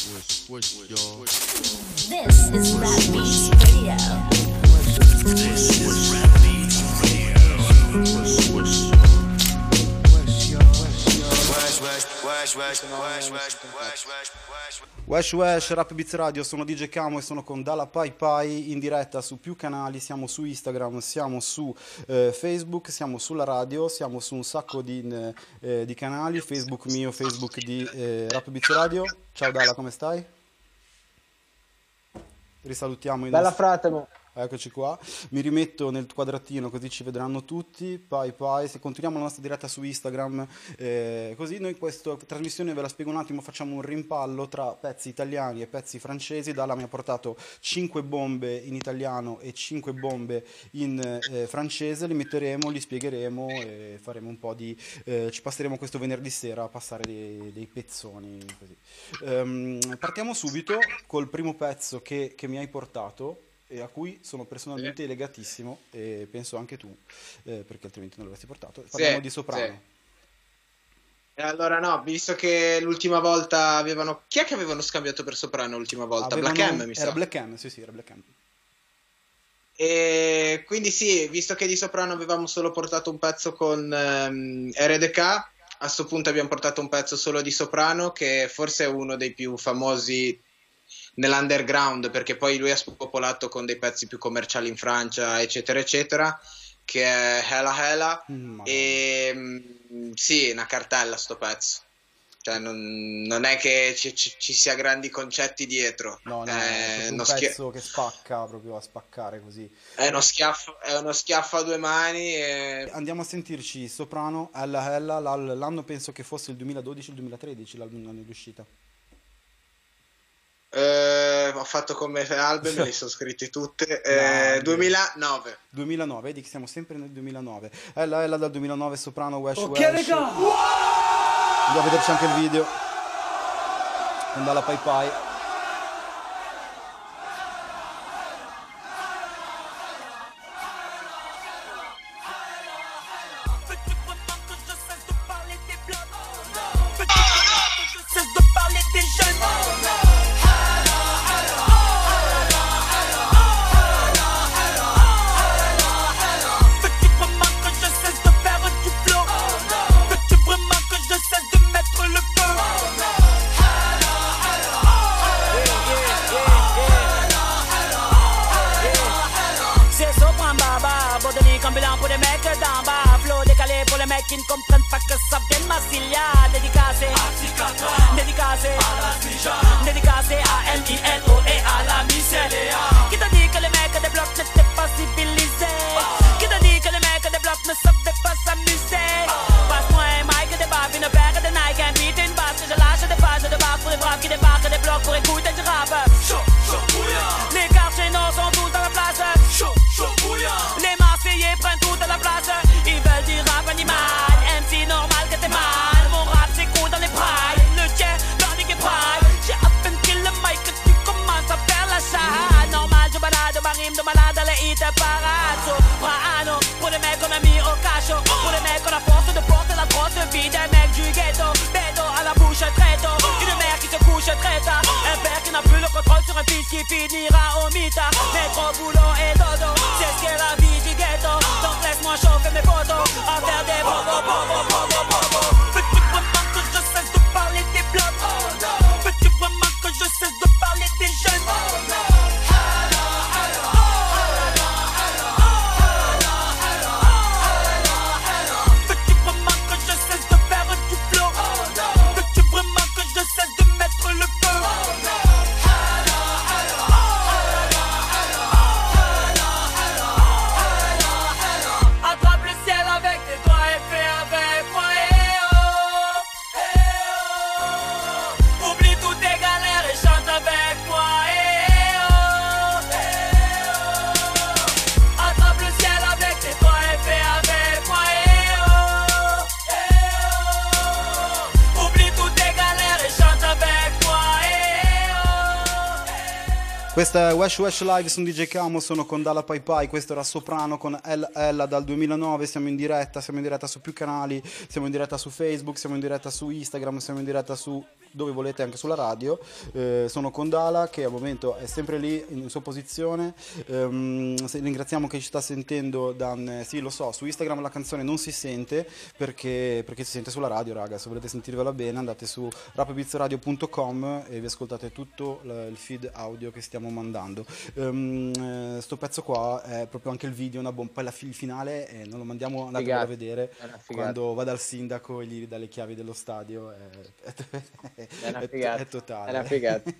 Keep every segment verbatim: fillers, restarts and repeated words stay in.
Swish, swish, y'all. This is Rap Beats Radio. This is Rap Beats Radio. Swish, swish. Wesh Wesh, Rap Beats Radio, sono D J Camo e sono con Dalla Pai Pai in diretta su più canali, siamo su Instagram, siamo su eh, Facebook, siamo sulla radio, siamo su un sacco di, eh, di canali, Facebook mio, Facebook di eh, Rap Beats Radio. Ciao Dalla, come stai? Risalutiamo i Bella nostri... fratemo. Eccoci qua, mi rimetto nel quadratino così ci vedranno tutti. Pai pai, se continuiamo la nostra diretta su Instagram, eh, così noi in questa trasmissione, ve la spiego un attimo, facciamo un rimpallo tra pezzi italiani e pezzi francesi. Dalla mi ha portato cinque bombe in italiano e cinque bombe in eh, francese, li metteremo, li spiegheremo e faremo un po' di... Eh, ci passeremo questo venerdì sera a passare dei, dei pezzoni così. Um, partiamo subito col primo pezzo che, che mi hai portato e a cui sono personalmente sì. legatissimo, e penso anche tu, eh, perché altrimenti non l'avresti portato. Parliamo sì, di Soprano. Sì. E allora no, visto che l'ultima volta avevano... Chi è che avevano scambiato per Soprano l'ultima volta? Avevano... Black M, mi sa. Era Black M, sì sì, era Black M. E quindi sì, visto che di Soprano avevamo solo portato un pezzo con um, R D K, a sto punto abbiamo portato un pezzo solo di Soprano, che forse è uno dei più famosi nell'underground, perché poi lui ha spopolato con dei pezzi più commerciali in Francia, eccetera eccetera, che è Hella Hella. mm, e mh, sì, una cartella sto pezzo, cioè non, non è che ci, ci, ci sia grandi concetti dietro. No, no, è è un schia- pezzo che spacca proprio a spaccare così. È uno schiaffo, è uno schiaffo a due mani e... Andiamo a sentirci Soprano, Hella Hella, l'anno penso che fosse il duemiladodici il duemilatredici l'anno di uscita. Uh, ho fatto come album, me li sono scritti tutte. uh, no, duemilanove duemilanove, vedi che siamo sempre nel duemilanove. Ella Ella dal duemilanove, Soprano, Wesh Ok, Wesh. raga! Andiamo a vederci anche il video con Dalla Pai Pai. Qui ne comprennent pas que ça vient de Massilia. Dédicacé, dédicacé, dédicacé à M I N O et à la Michelia. Qui t'a dit que les mecs des blocs n'étaient pas civilisés? Qui t'a dit que les mecs des blocs ne savaient pas s'amuser? Passe-moi un mic, des babes, une paire de Nike, un beat, une basse. Je lâche des pages de barres pour les braves qui débarquent des blocs pour écouter du rap. Les quartiers nord sont tous dans la place. Les Marseillais prennent toute la place. Ils veulent du rap animal. M C normal que t'es mal. Mon rap s'écoute dans les prailles. Le tien dans les prailles. J'ai à peine kill le mic que tu commences à faire la chatte. Normal, je balade, ma rime de malade, le hit parade. Soprano, pour les mecs qu'on a mis au cachot. Pour les mecs qu'on a force de porter la grosse vie des mecs du ghetto. Bédo à la bouche très tôt. Une mère qui se couche très tard. Un père qui n'a plus le contrôle sur un fils qui finira au mitard. Métro, boulot et dodo, c'est ce qu'est la vie du ghetto. Donc laisse-moi chauffer mes photos à faire des bobo, bobo, bobo, bobo. Veux-tu vraiment que je cesse de parler des blocs? Veux-tu vraiment que je cesse de parler des jeunes? Veux-tu vraiment que je cesse de faire du flow? Veux-tu vraiment que je cesse de mettre le feu? Questa è Wesh Wesh Live su D J Camo, sono con Dalla Pai Pai, questo era Soprano con L L dal duemilanove, siamo in diretta, siamo in diretta su più canali, siamo in diretta su Facebook, siamo in diretta su Instagram, siamo in diretta su dove volete, anche sulla radio. Eh, sono con Dala che al momento è sempre lì in sua posizione. Ehm, ringraziamo chi ci sta sentendo da, sì lo so, su Instagram la canzone non si sente perché, perché si sente sulla radio, raga. Se volete sentirvela bene andate su rap beats radio punto com e vi ascoltate tutto il feed audio che stiamo mandando. Ehm, sto pezzo qua è proprio anche il video, una bomba. Poi la il finale eh, non lo mandiamo, andatevelo a vedere quando va dal sindaco e gli dà le chiavi dello stadio. È, è, È una è, figata. è totale. È una figata.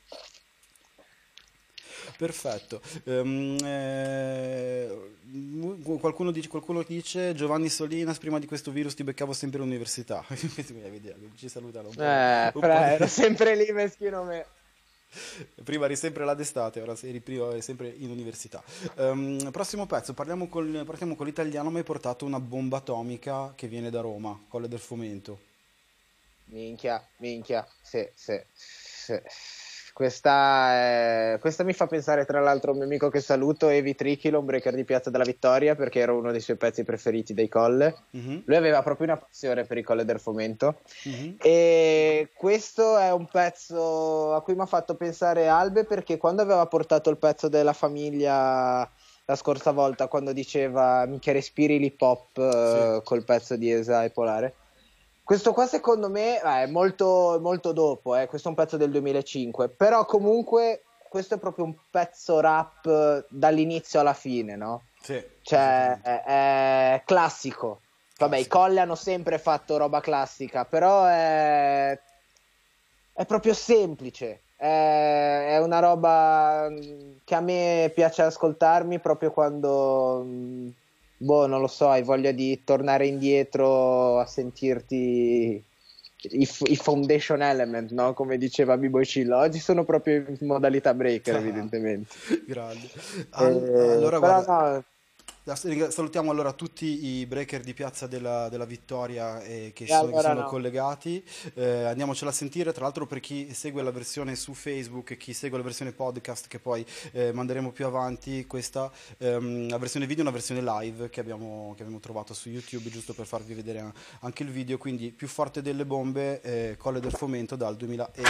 Perfetto. Um, eh, qualcuno, dice, qualcuno dice Giovanni Solinas, prima di questo virus ti beccavo sempre all'università. Ci salutano un po'. Eh, un fra, po' di- ero sempre lì, meschino me. Prima eri sempre là d'estate, ora sei prima eri sempre in università. Ehm, prossimo pezzo, parliamo col, partiamo con l'italiano. Mi hai portato una bomba atomica che viene da Roma, Colle del Fomento. Minchia, minchia, sì, sì, sì. Questa, è- questa mi fa pensare tra l'altro a un mio amico che saluto, Evi Trichi, l'homebreaker di Piazza della Vittoria, perché era uno dei suoi pezzi preferiti dei Colle. Mhm, Lui aveva proprio una passione per i Colle del Fomento. mhm. E questo è un pezzo a cui mi ha fatto pensare Albe, perché quando aveva portato il pezzo della famiglia la scorsa volta, quando diceva minchia respiri l'hip hop eh, col pezzo di Esa e Polare, questo qua secondo me eh, è molto, molto dopo, eh. Questo è un pezzo del duemilacinque, però comunque questo è proprio un pezzo rap eh, dall'inizio alla fine, no? Sì, Cioè è, è classico. Vabbè, i Classico. Colle hanno sempre fatto roba classica, però è, è proprio semplice. È, è una roba mm, che a me piace ascoltarmi proprio quando, mm, boh, non lo so, hai voglia di tornare indietro a sentirti i, f- i foundation element, no? Come diceva B-Boy Cilla. Oggi sono proprio in modalità breaker, Ah. evidentemente. Grande. Eh, Al- allora, però guarda, no, salutiamo allora tutti i breaker di Piazza della, della Vittoria eh, che, E sono, che allora sono no. collegati. Eh, andiamocela a sentire. Tra l'altro, per chi segue la versione su Facebook e chi segue la versione podcast, che poi eh, manderemo più avanti, questa ehm, la versione video è una versione live che abbiamo, che abbiamo trovato su YouTube, giusto per farvi vedere a- anche il video. Quindi, più forte delle bombe, eh, Colle del Fomento dal duemilacinque.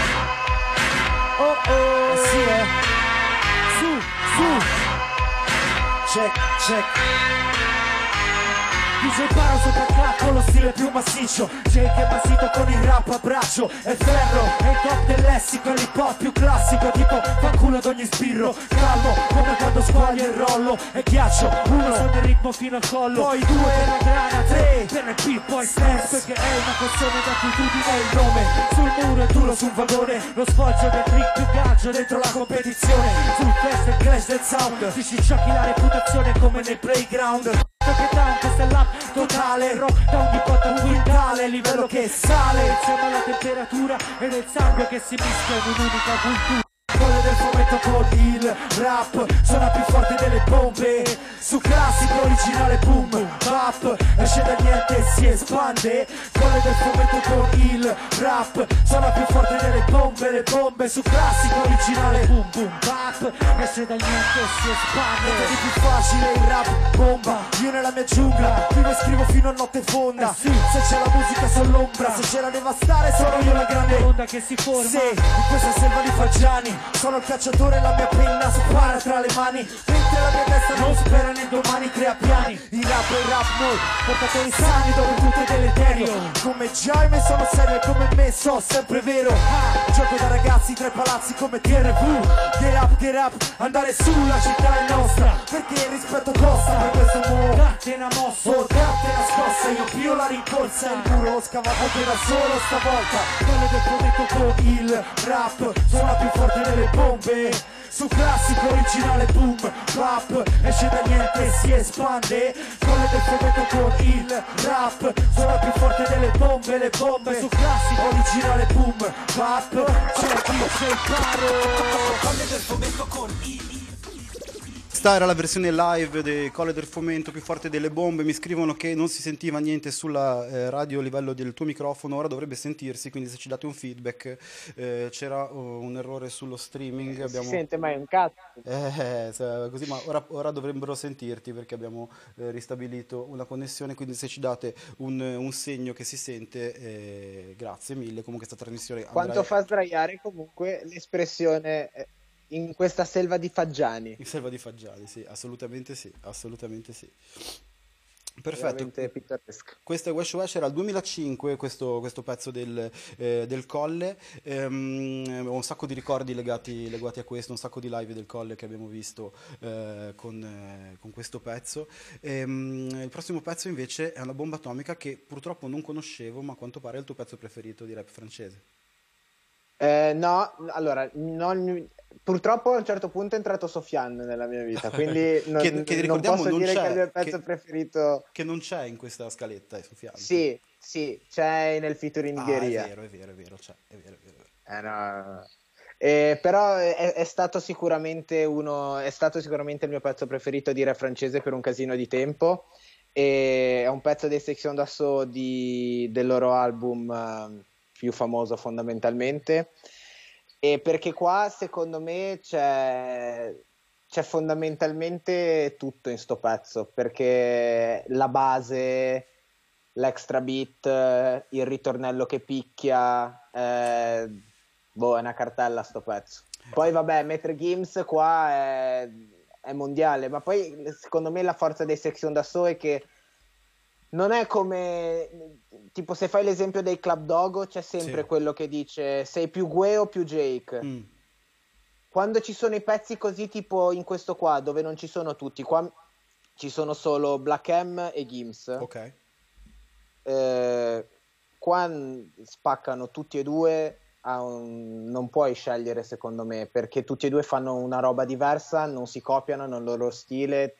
Oh oh, sì, eh. Su, su. Check, check. D J Paro sopra crack con lo stile più massiccio. Jake è basito con il rap a braccio. È ferro, è il top del lessico. È l'hip hop più classico, tipo fanculo ad ogni spirro. Calmo, come quando squaglia il rollo. È ghiaccio, uno sente il ritmo fino al collo. Poi due per la grana, tre per il beat, poi stance. Perché è una questione d'attitudine e il nome. Sul muro è duro su un vagone. Lo sfoggio del trick più gaggio dentro la competizione. Sul fest il clash del sound. Ti ci giochi la reputazione come nel playground. Che down, questa è l'app totale. Rock da ogni botta un quintale. Livello che sale insieme alla temperatura e del sangue che si mischia in un'unica cultura. Colle del Fomento con il rap suona più forte delle bombe. Su classico originale boom bap, esce da niente e si espande. Colle del Fomento con il rap suona più forte delle bombe. Le bombe su classico originale boom boom bap, esce da niente e si espande. È di più facile il rap bomba. Io nella mia giungla vivo e scrivo fino a notte fonda. Se c'è la musica sono l'ombra, se c'è la devastare sono io la grande onda che si forma. Sì, in questa selva di fagiani sono il cacciatore, la mia penna spara tra le mani, mentre la mia testa non spera nel domani, crea piani. Il rap e il rap noi, portatori sani dove tutto è deleterio. Come Jaime sono serio e come me so sempre vero. Ah, gioco da ragazzi tra i palazzi come T R V. Get up, get up, andare su, la città è nostra, perché il rispetto costa. Per questo mo date una mossa, oh date una scossa. Io pio la rincorsa, il muro l'ho scavato appena solo stavolta. Quello del Fomento con il rap suona più forte delle bombe. Su classico originale boom bap, esce da niente e si espande. Colle del Fomento con il rap suona più forte delle bombe. Le bombe su classico originale boom bap, c'è D J Paro. Colle del Fomento con il Questa era la versione live del Colle del Fomento, più forte delle bombe. Mi scrivono che non si sentiva niente sulla eh, radio a livello del tuo microfono, ora dovrebbe sentirsi, quindi se ci date un feedback. Eh, c'era uh, un errore sullo streaming. Non abbiamo... si sente mai un cazzo. Eh, se- così, ma ora, ora dovrebbero sentirti perché abbiamo eh, ristabilito una connessione, quindi se ci date un, un segno che si sente, eh, grazie mille. Comunque questa trasmissione Quanto andrà fa sdraiare comunque l'espressione eh, in questa selva di faggiani. in selva di Faggiali, sì, assolutamente sì, assolutamente sì. Perfetto. Veramente pittoresco. Questo è Wesh Wesh, era il duemilacinque questo, questo pezzo del, eh, del Colle. Ehm, ho un sacco di ricordi legati, legati a questo, un sacco di live del Colle che abbiamo visto eh, con, eh, con questo pezzo. Ehm, il prossimo pezzo invece è una bomba atomica che purtroppo non conoscevo, ma a quanto pare è il tuo pezzo preferito di rap francese. Eh, no, allora, non- purtroppo a un certo punto è entrato Sofiane nella mia vita, quindi non, Che- che non ricordiamo posso non dire c'è, che è il mio pezzo che- preferito. Che non c'è in questa scaletta, è su fianco. Sì, sì, c'è nel featuring Ah, di è Eria. vero, è vero, è vero, c'è, è vero, è vero. Eh, no. Eh, però è, è stato sicuramente uno, è stato sicuramente il mio pezzo preferito di rap francese per un casino di tempo. E è un pezzo dei Section d'Assaut di, del loro album eh, più famoso fondamentalmente. E perché qua secondo me c'è, c'è fondamentalmente tutto in sto pezzo, perché la base, l'extra beat, eh, il ritornello che picchia, eh, boh, è una cartella sto pezzo. Poi vabbè, Maître Gims qua è, è mondiale, ma poi secondo me la forza dei Section d'Assaut è che non è come, tipo se fai l'esempio dei Club Dogo, c'è sempre Sì. quello che dice sei più Gue o più Jake. Mm. Quando ci sono i pezzi così, tipo in questo qua, dove non ci sono tutti, qua ci sono solo Black M e Gims. Ok. Eh, qua n- spaccano tutti e due, a un- non puoi scegliere secondo me, perché tutti e due fanno una roba diversa, non si copiano, hanno il loro stile.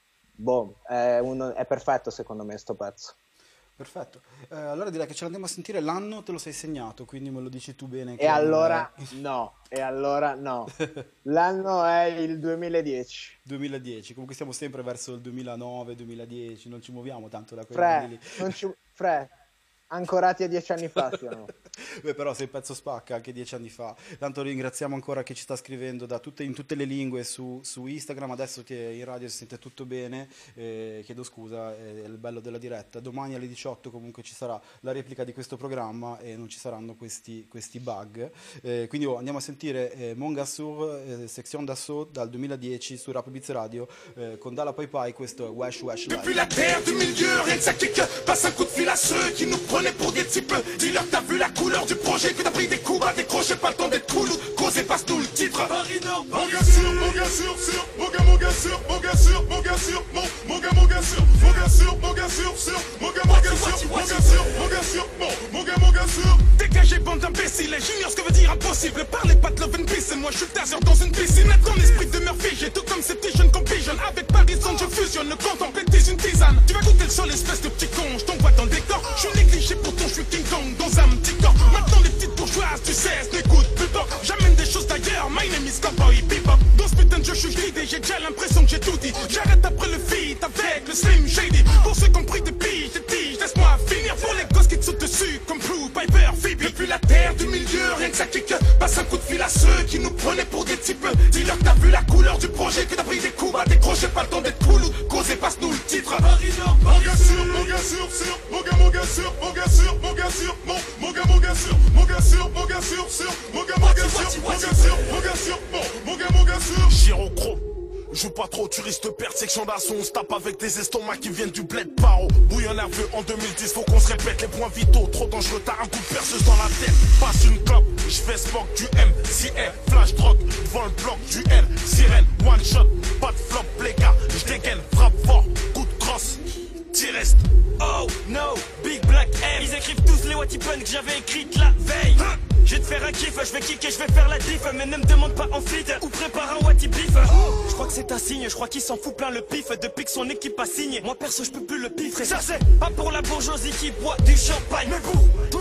Boh, è, uno- è perfetto secondo me sto pezzo. Perfetto. Eh, allora direi che ce l'andiamo a sentire. L'anno te lo sei segnato, quindi me lo dici tu bene. che E anno allora è. no, e allora no. L'anno è il duemiladieci. duemiladieci, comunque siamo sempre verso il duemilanove duemiladieci, non ci muoviamo tanto da quei Fre, anni lì. non ci, Fre, ancorati a dieci anni fa siamo. Beh, però se il pezzo spacca anche dieci anni fa. Tanto ringraziamo ancora chi ci sta scrivendo da tutte, in tutte le lingue su, su Instagram. Adesso ti- in radio si sente tutto bene. Eh, chiedo scusa, è il bello della diretta. Domani alle diciotto comunque ci sarà la replica di questo programma e non ci saranno questi, questi bug. Eh, quindi oh, andiamo a sentire eh, Mongassur, eh, Section d'Assaut dal duemiladieci su Rap Beats Radio eh, con Dalla Pai Pai. Questo è Wesh Wesh Depuis Live. la terre du milieu, rien que ça kick. Passe un coup de fil à ceux qui nous prenaient pour des types. Dis-leur que t'as vu la couleur du projet, que t'as pris des coups à décrocher, pas le temps d'être cool. Causé, passe-nous le titre. Paris Nord, mon gars sûr, mon gars sûr, sûr. Mon gars, mon gars sûr, mon gars sûr, mon gars sûr. Mon, mon gars, mon gars sûr, mon gars sûr, mon gars sûr, sûr. Mon gars, mon gars sûr, mon gars sûr, mon gars sûr. Mon, mon gars, mon gars sûr. Dégagez, bande d'imbéciles, j'ignore ce que veut dire impossible. Parlez pas de love and peace, moi je suis le taser dans une piscine. Ton esprit demeure figé, tout comme ces petits jeunes qu'on pigeonne. Avec Paris je fusionne, contemple une tisane. Tu vas goûter le sol, espèce de petit con, je t'envoie dans le décor. Je suis négligé, pourtant je suis King Kong dans un petit corps. Maintenant les petites bourgeoises, tu sais, n'écoute plus pas. J'amène des choses d'ailleurs, my name is Cowboy Bebop. Dans ce putain de jeu, je suis guidé, j'ai déjà l'impression que j'ai tout dit. J'arrête après le feat avec le Slim Shady. Pour ceux qui ont pris des piges, des tiges, laisse-moi finir. Pour les gosses qui te sautent dessus, comme Blue, Piper, Phoebe. Depuis la terre du milieu, rien que ça kick. Passe un coup de fil à ceux qui nous prenaient pour des types. Dis-leur que t'as vu la couleur du projet, que t'as pris des coups à décrocher, pas le temps d'être cool ou causer, passe-nous le titre. Mon gars sûr, mon gars sûr, sûr. Mon gars, mon gars sûr, mon gars sûr, mon gars sûr. Mon, mon gars, mon gars sûr, mon gars sûr, mon gars sûr, sûr. Mon gars, mon gars sûr, mon gars sûr, mon gars sûr. Mon, mon gars, mon gars sûr. Gyrochrome. Joue pas trop, tu risques de perdre. Section d'assaut, on se tape avec des estomacs qui viennent du bled paro. Bouillon nerveux en deux mille dix, faut qu'on se répète les points vitaux. Trop dangereux, t'as un coup de perceuse dans la tête. Passe une clope, j'fais smoke du M, C R, flash drogue, devant le bloc du L, sirène, one shot, pas de flop, les gars, j'dégaine, frappe fort, coup de crosse, t'y restes. Oh no, Big Black M. Ils écrivent tous les Watipen que j'avais écrites la veille. Hein? Je vais te faire un kiff, je vais kicker, je vais faire la diff. Mais ne me demande pas en fit ou prépare un Wati Beef. Je crois que c'est un signe, je crois qu'il s'en fout plein le pif. Depuis que son équipe a signé, moi perso je peux plus le pifrer. Ça c'est pas pour la bourgeoisie qui boit du champagne. Mais vous, tous les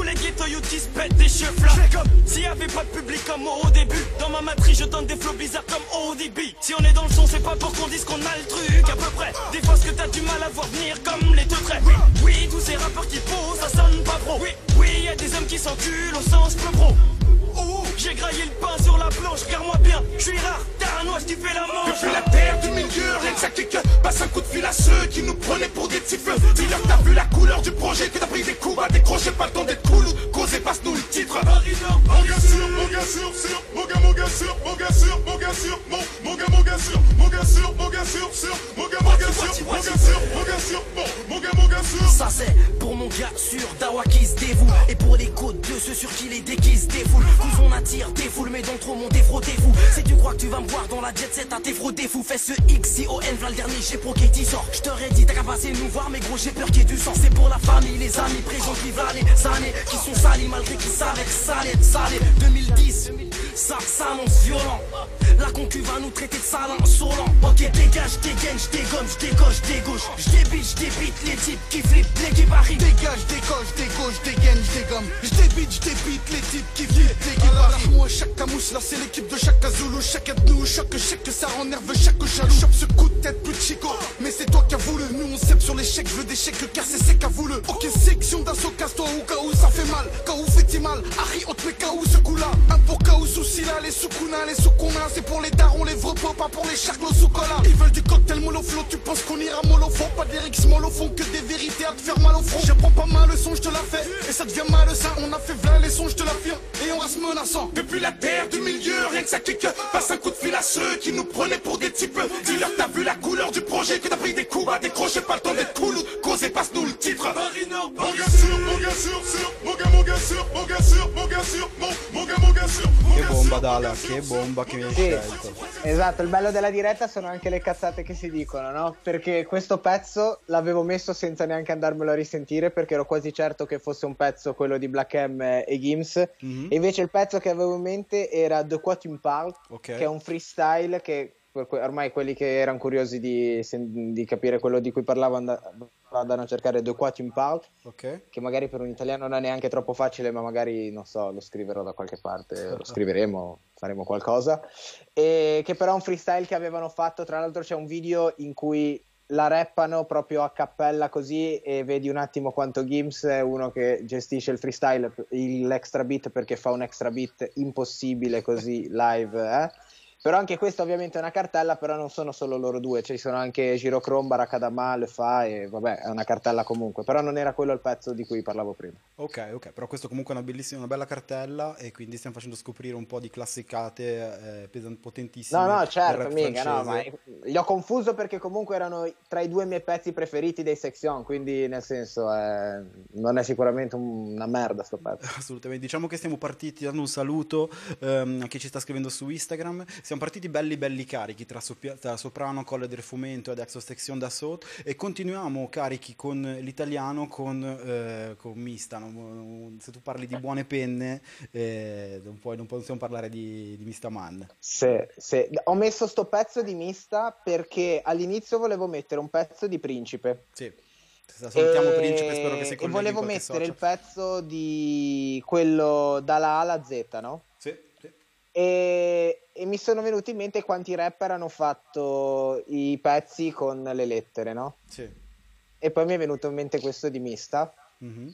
les ghettos youths se pètent des cheveux là. J'fais comme s'il y avait pas de public comme au début. Dans ma matrice je tente des flows bizarres comme O D B. Si on est dans le son c'est pas pour qu'on dise qu'on a le truc à peu près. Des fois ce que t'as du mal à voir venir comme les deux traits. Oui, oui, tous ces rappeurs qui posent ça sonne pas pro. Oui, oui, y a des hommes qui s'enculent au sens peu pro. Oh, j'ai graillé le pain sur la planche, regarde-moi bien, je suis rare, t'as un noix qui fait la manche. Depuis la terre du milieu, rien que ça clique. Passe un coup de fil à ceux qui nous prenaient pour des types. Dis-leur que t'as vu la couleur du projet, que t'as pris des coups à décrocher, pas le temps d'être cool. Causez, passe-nous le titre. Mon gars sûr, mon gars sûr, sûr, mon gars, mon gars sûr, mon gars sûr, mon gars sûr, mon, mon gars, mon gars sûr, mon gars sûr, mon gars sûr, sûr, mon gars, mon gars sûr, mon gars sûr, mon gars sûr, mon, mon gars, mon gars sûr. Ça c'est pour mon gars sûr, Dawa qui se dévoue. Et pour les côtes de ceux sur qui les déguisent défoulent. Nous on attire des foules, mais dans trop mon défraudé vous. Si tu crois que tu vas me voir dans la jet set, à tes frotter fou. Fais ce X C O N, v'là le dernier, j'ai pro qui sort. Je t'aurais dit, t'as qu'à passer nous voir, mais gros, j'ai peur qu'il y ait du sang. C'est pour la famille, les amis présents qui vivent les années qui sont salis, malgré qu'ils savaient que ça allait être salé. deux mille dix, ça s'annonce violent. La concu va nous traiter de sale insolent. Ok, dégage, dégaine, j'dégomme, j'dégauche, dégauche. J'débite, j'débite les types qui flippent, l'équipe arrive. Dégage, décoche, dégauche, dégaine, j'dégomme. J'débite, j'débite les types qui flippent, l'équipe arrive. Moi, chaque camouche, là c'est l'équipe de chaque Zulu. Chaque de nous, chaque chèque, que ça rend nerveux, chaque jaloux. Chope ce coup de tête, plus de chico. Mais c'est toi qui as voulu. Nous on sait sur l'échec, je veux des chèques, car c'est c'est qu'a voulu. Ok, section d'assaut, casse-toi ou cas où ça fait mal. Cas où fait-il mal, Harry, on te met cas où ce coup-là. Un pour cas où souci là, les sous-kuna, les sous-kuna. C'est pour les darons, les vrais pots, pas pour les charclos sous cola. Ils veulent du cocktail moloflo, tu penses qu'on ira mollo fond. Pas des rix mollo fond, que des vérités à te faire mal au front. Je prends pas mal le son, je te la fais. Et ça devient malsain, on a fait v'là les sons, je te l'affirme. Et on reste menaçant. Depuis la terre du milieu, rien que ça clique. Passe un coup de fil à ceux qui nous prenaient pour des types. Dis-leur que t'as vu la couleur du projet, que t'as pris des coups à décrocher, pas le temps d'être cool. Causez, passe-nous le titre. Mon gars sûr, mon gars sûr, sûr, mon gars, mon gars sûr, mon gars sûr, mon gars sûr, mon, mon gars, mon gars sûr, mon Che gars bomba sûr, Dala, mon gars che sûr, bomba che mi hai Sì, scelto. esatto, il bello della diretta sono anche le cazzate che si dicono, no? Perché questo pezzo l'avevo messo senza neanche andarmelo a risentire, perché ero quasi certo che fosse un pezzo, quello di Black M e Gims. Mhm. E invece il pezzo che avevo in mente era De Quoi Tu Me Parles, Ok. che è un freestyle che per que- ormai quelli che erano curiosi di, sen- di capire quello di cui parlavo and- vadano a cercare De Quoi Tu Me Parles, Ok. che magari per un italiano non è neanche troppo facile, ma magari, non so, lo scriverò da qualche parte, lo scriveremo, faremo qualcosa. E che però è un freestyle che avevano fatto, tra l'altro c'è un video in cui la rappano proprio a cappella così, e vedi un attimo quanto Gims è uno che gestisce il freestyle, il- l'extra beat, perché fa un extra beat impossibile così live, eh? Però anche questa ovviamente è una cartella, però non sono solo loro due, ci sono anche Girochrome, Barakadama, Le Fa, e vabbè, è una cartella comunque, però non era quello il pezzo di cui parlavo prima. Ok, ok, però questo comunque è una bellissima, una bella cartella, e quindi stiamo facendo scoprire un po' di classicate eh, pesan- potentissime. No, no, del certo, rap mica, no, ma francese. li ho confuso perché comunque erano tra i due miei pezzi preferiti dei Section, quindi nel senso eh, non è sicuramente un- una merda sto pezzo. Assolutamente, diciamo che siamo partiti dando un saluto ehm, a chi ci sta scrivendo su Instagram. Siamo partiti belli belli carichi tra, Sopia- tra Soprano, Colle del Fomento ed Exo Section d'Assaut, e continuiamo carichi con l'italiano, con, eh, con Mista, no? Se tu parli di buone penne eh, non, puoi, non possiamo parlare di, di Mista Man. Se, se- Ho messo sto pezzo di Mista perché all'inizio volevo mettere un pezzo di Principe. Sì, salutiamo E- Principe, spero che si E colleghi volevo in qualche mettere il social. pezzo di quello dalla A alla Z, no? Sì, sì. E, e mi sono venuti in mente quanti rapper hanno fatto i pezzi con le lettere, no? Sì. E poi mi è venuto in mente questo di Mista. Mhm.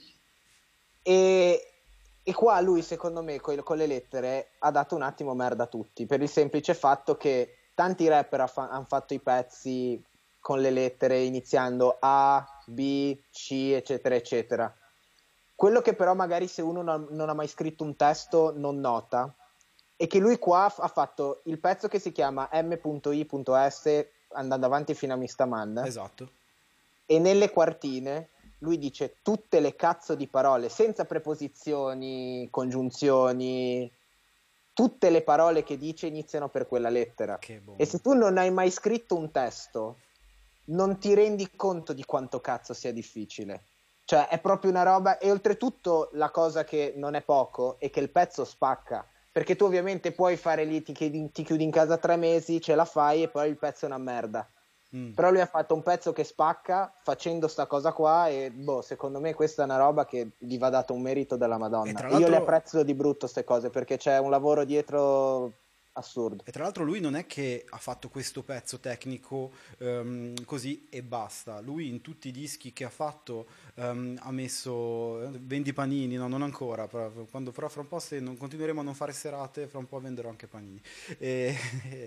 E, e qua lui, secondo me, co- con le lettere ha dato un attimo merda a tutti, per il semplice fatto che tanti rapper hanno fatto i pezzi con le lettere iniziando A, B, C, eccetera, eccetera. Quello che però magari se uno non, non ha mai scritto un testo non nota è che lui qua f- ha fatto il pezzo che si chiama M I S andando avanti fino a Mista Man, Esatto. e nelle quartine lui dice tutte le cazzo di parole senza preposizioni, congiunzioni, tutte le parole che dice iniziano per quella lettera. Che bomba. E se tu non hai mai scritto un testo non ti rendi conto di quanto cazzo sia difficile. Cioè è proprio una roba, e oltretutto la cosa che non è poco è che il pezzo spacca, perché tu ovviamente puoi fare lì, ti chiudi, ti chiudi in casa tre mesi, ce la fai e poi il pezzo è una merda. Mm. Però lui ha fatto un pezzo che spacca facendo sta cosa qua e boh, secondo me questa è una roba che gli va dato un merito della E Madonna. tra E io le l'altro- apprezzo di brutto ste cose perché c'è un lavoro dietro assurdo. E tra l'altro lui non è che ha fatto questo pezzo tecnico ehm, così e basta. Lui in tutti i dischi che ha fatto ehm, ha messo eh, vendi panini, no, non ancora, però, quando, però fra un po' se non continueremo a non fare serate, fra un po' venderò anche panini. E,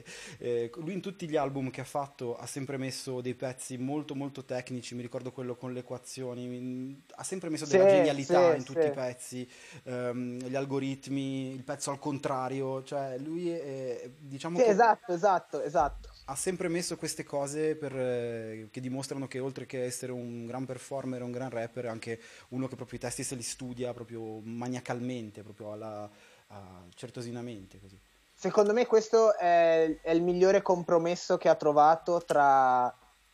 e, lui in tutti gli album che ha fatto ha sempre messo dei pezzi molto molto tecnici, mi ricordo quello con le equazioni, mi- ha sempre messo della Sì, genialità sì, in tutti sì. i pezzi, ehm, gli algoritmi, il pezzo al contrario, cioè lui è, diciamo Sì, che esatto, esatto, esatto. ha sempre messo queste cose per, eh, che dimostrano che oltre che essere un gran performer, un gran rapper, è anche uno che proprio i testi se li studia proprio maniacalmente, proprio alla, a- certosinamente così. Secondo me questo è, è il migliore compromesso che ha trovato tra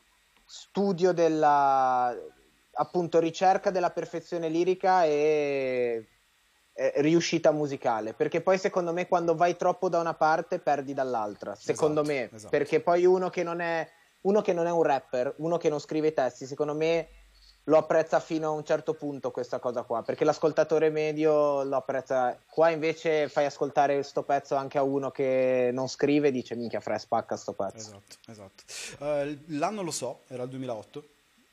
studio della, appunto, ricerca della perfezione lirica e eh, riuscita musicale. Perché poi secondo me quando vai troppo da una parte perdi dall'altra. Secondo Esatto, me. esatto. Perché poi uno che non è uno che non è un rapper, uno che non scrive i testi, secondo me lo apprezza fino a un certo punto questa cosa qua, perché l'ascoltatore medio lo apprezza. Qua invece fai ascoltare sto pezzo anche a uno che non scrive e dice minchia fra spacca sto pezzo. Esatto, esatto. Eh, l'anno lo so, era il duemilaotto.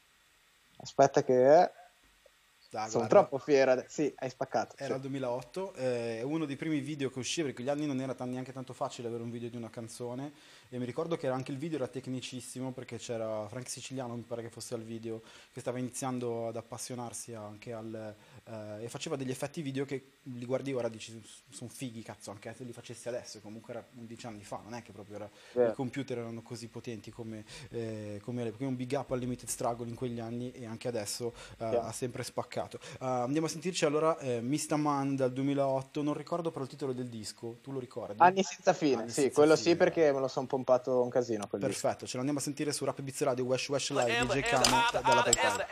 Aspetta che Dai, sono guarda. troppo fiero. ade- Sì, hai spaccato. Era sì. il duemilaotto, eh, è uno dei primi video che usciva, perché quegli anni non era tan- neanche tanto facile avere un video di una canzone, e mi ricordo che era anche il video era tecnicissimo, perché c'era Frank Siciliano, mi pare che fosse al video, che stava iniziando ad appassionarsi anche al... eh, e faceva degli effetti video che li guardi ora e dici, sono fighi, cazzo, anche se li facessi adesso, comunque era undici anni fa, non è che proprio era, Vero. i computer erano così potenti come, eh, come perché un big up al Limited Struggle in quegli anni, e anche adesso eh, Chiaro. ha sempre spaccato. Uh, andiamo a sentirci allora eh, Mista Man dal duemilaotto, non ricordo però il titolo del disco, tu lo ricordi? Anni senza fine, Anni sì, senza quello fine, sì perché me lo sono pompato un casino quel disco. Perfetto, ce l'andiamo a sentire su Rap Beats Radio, Wesh Wesh Live, D J Kano dalla PayPal.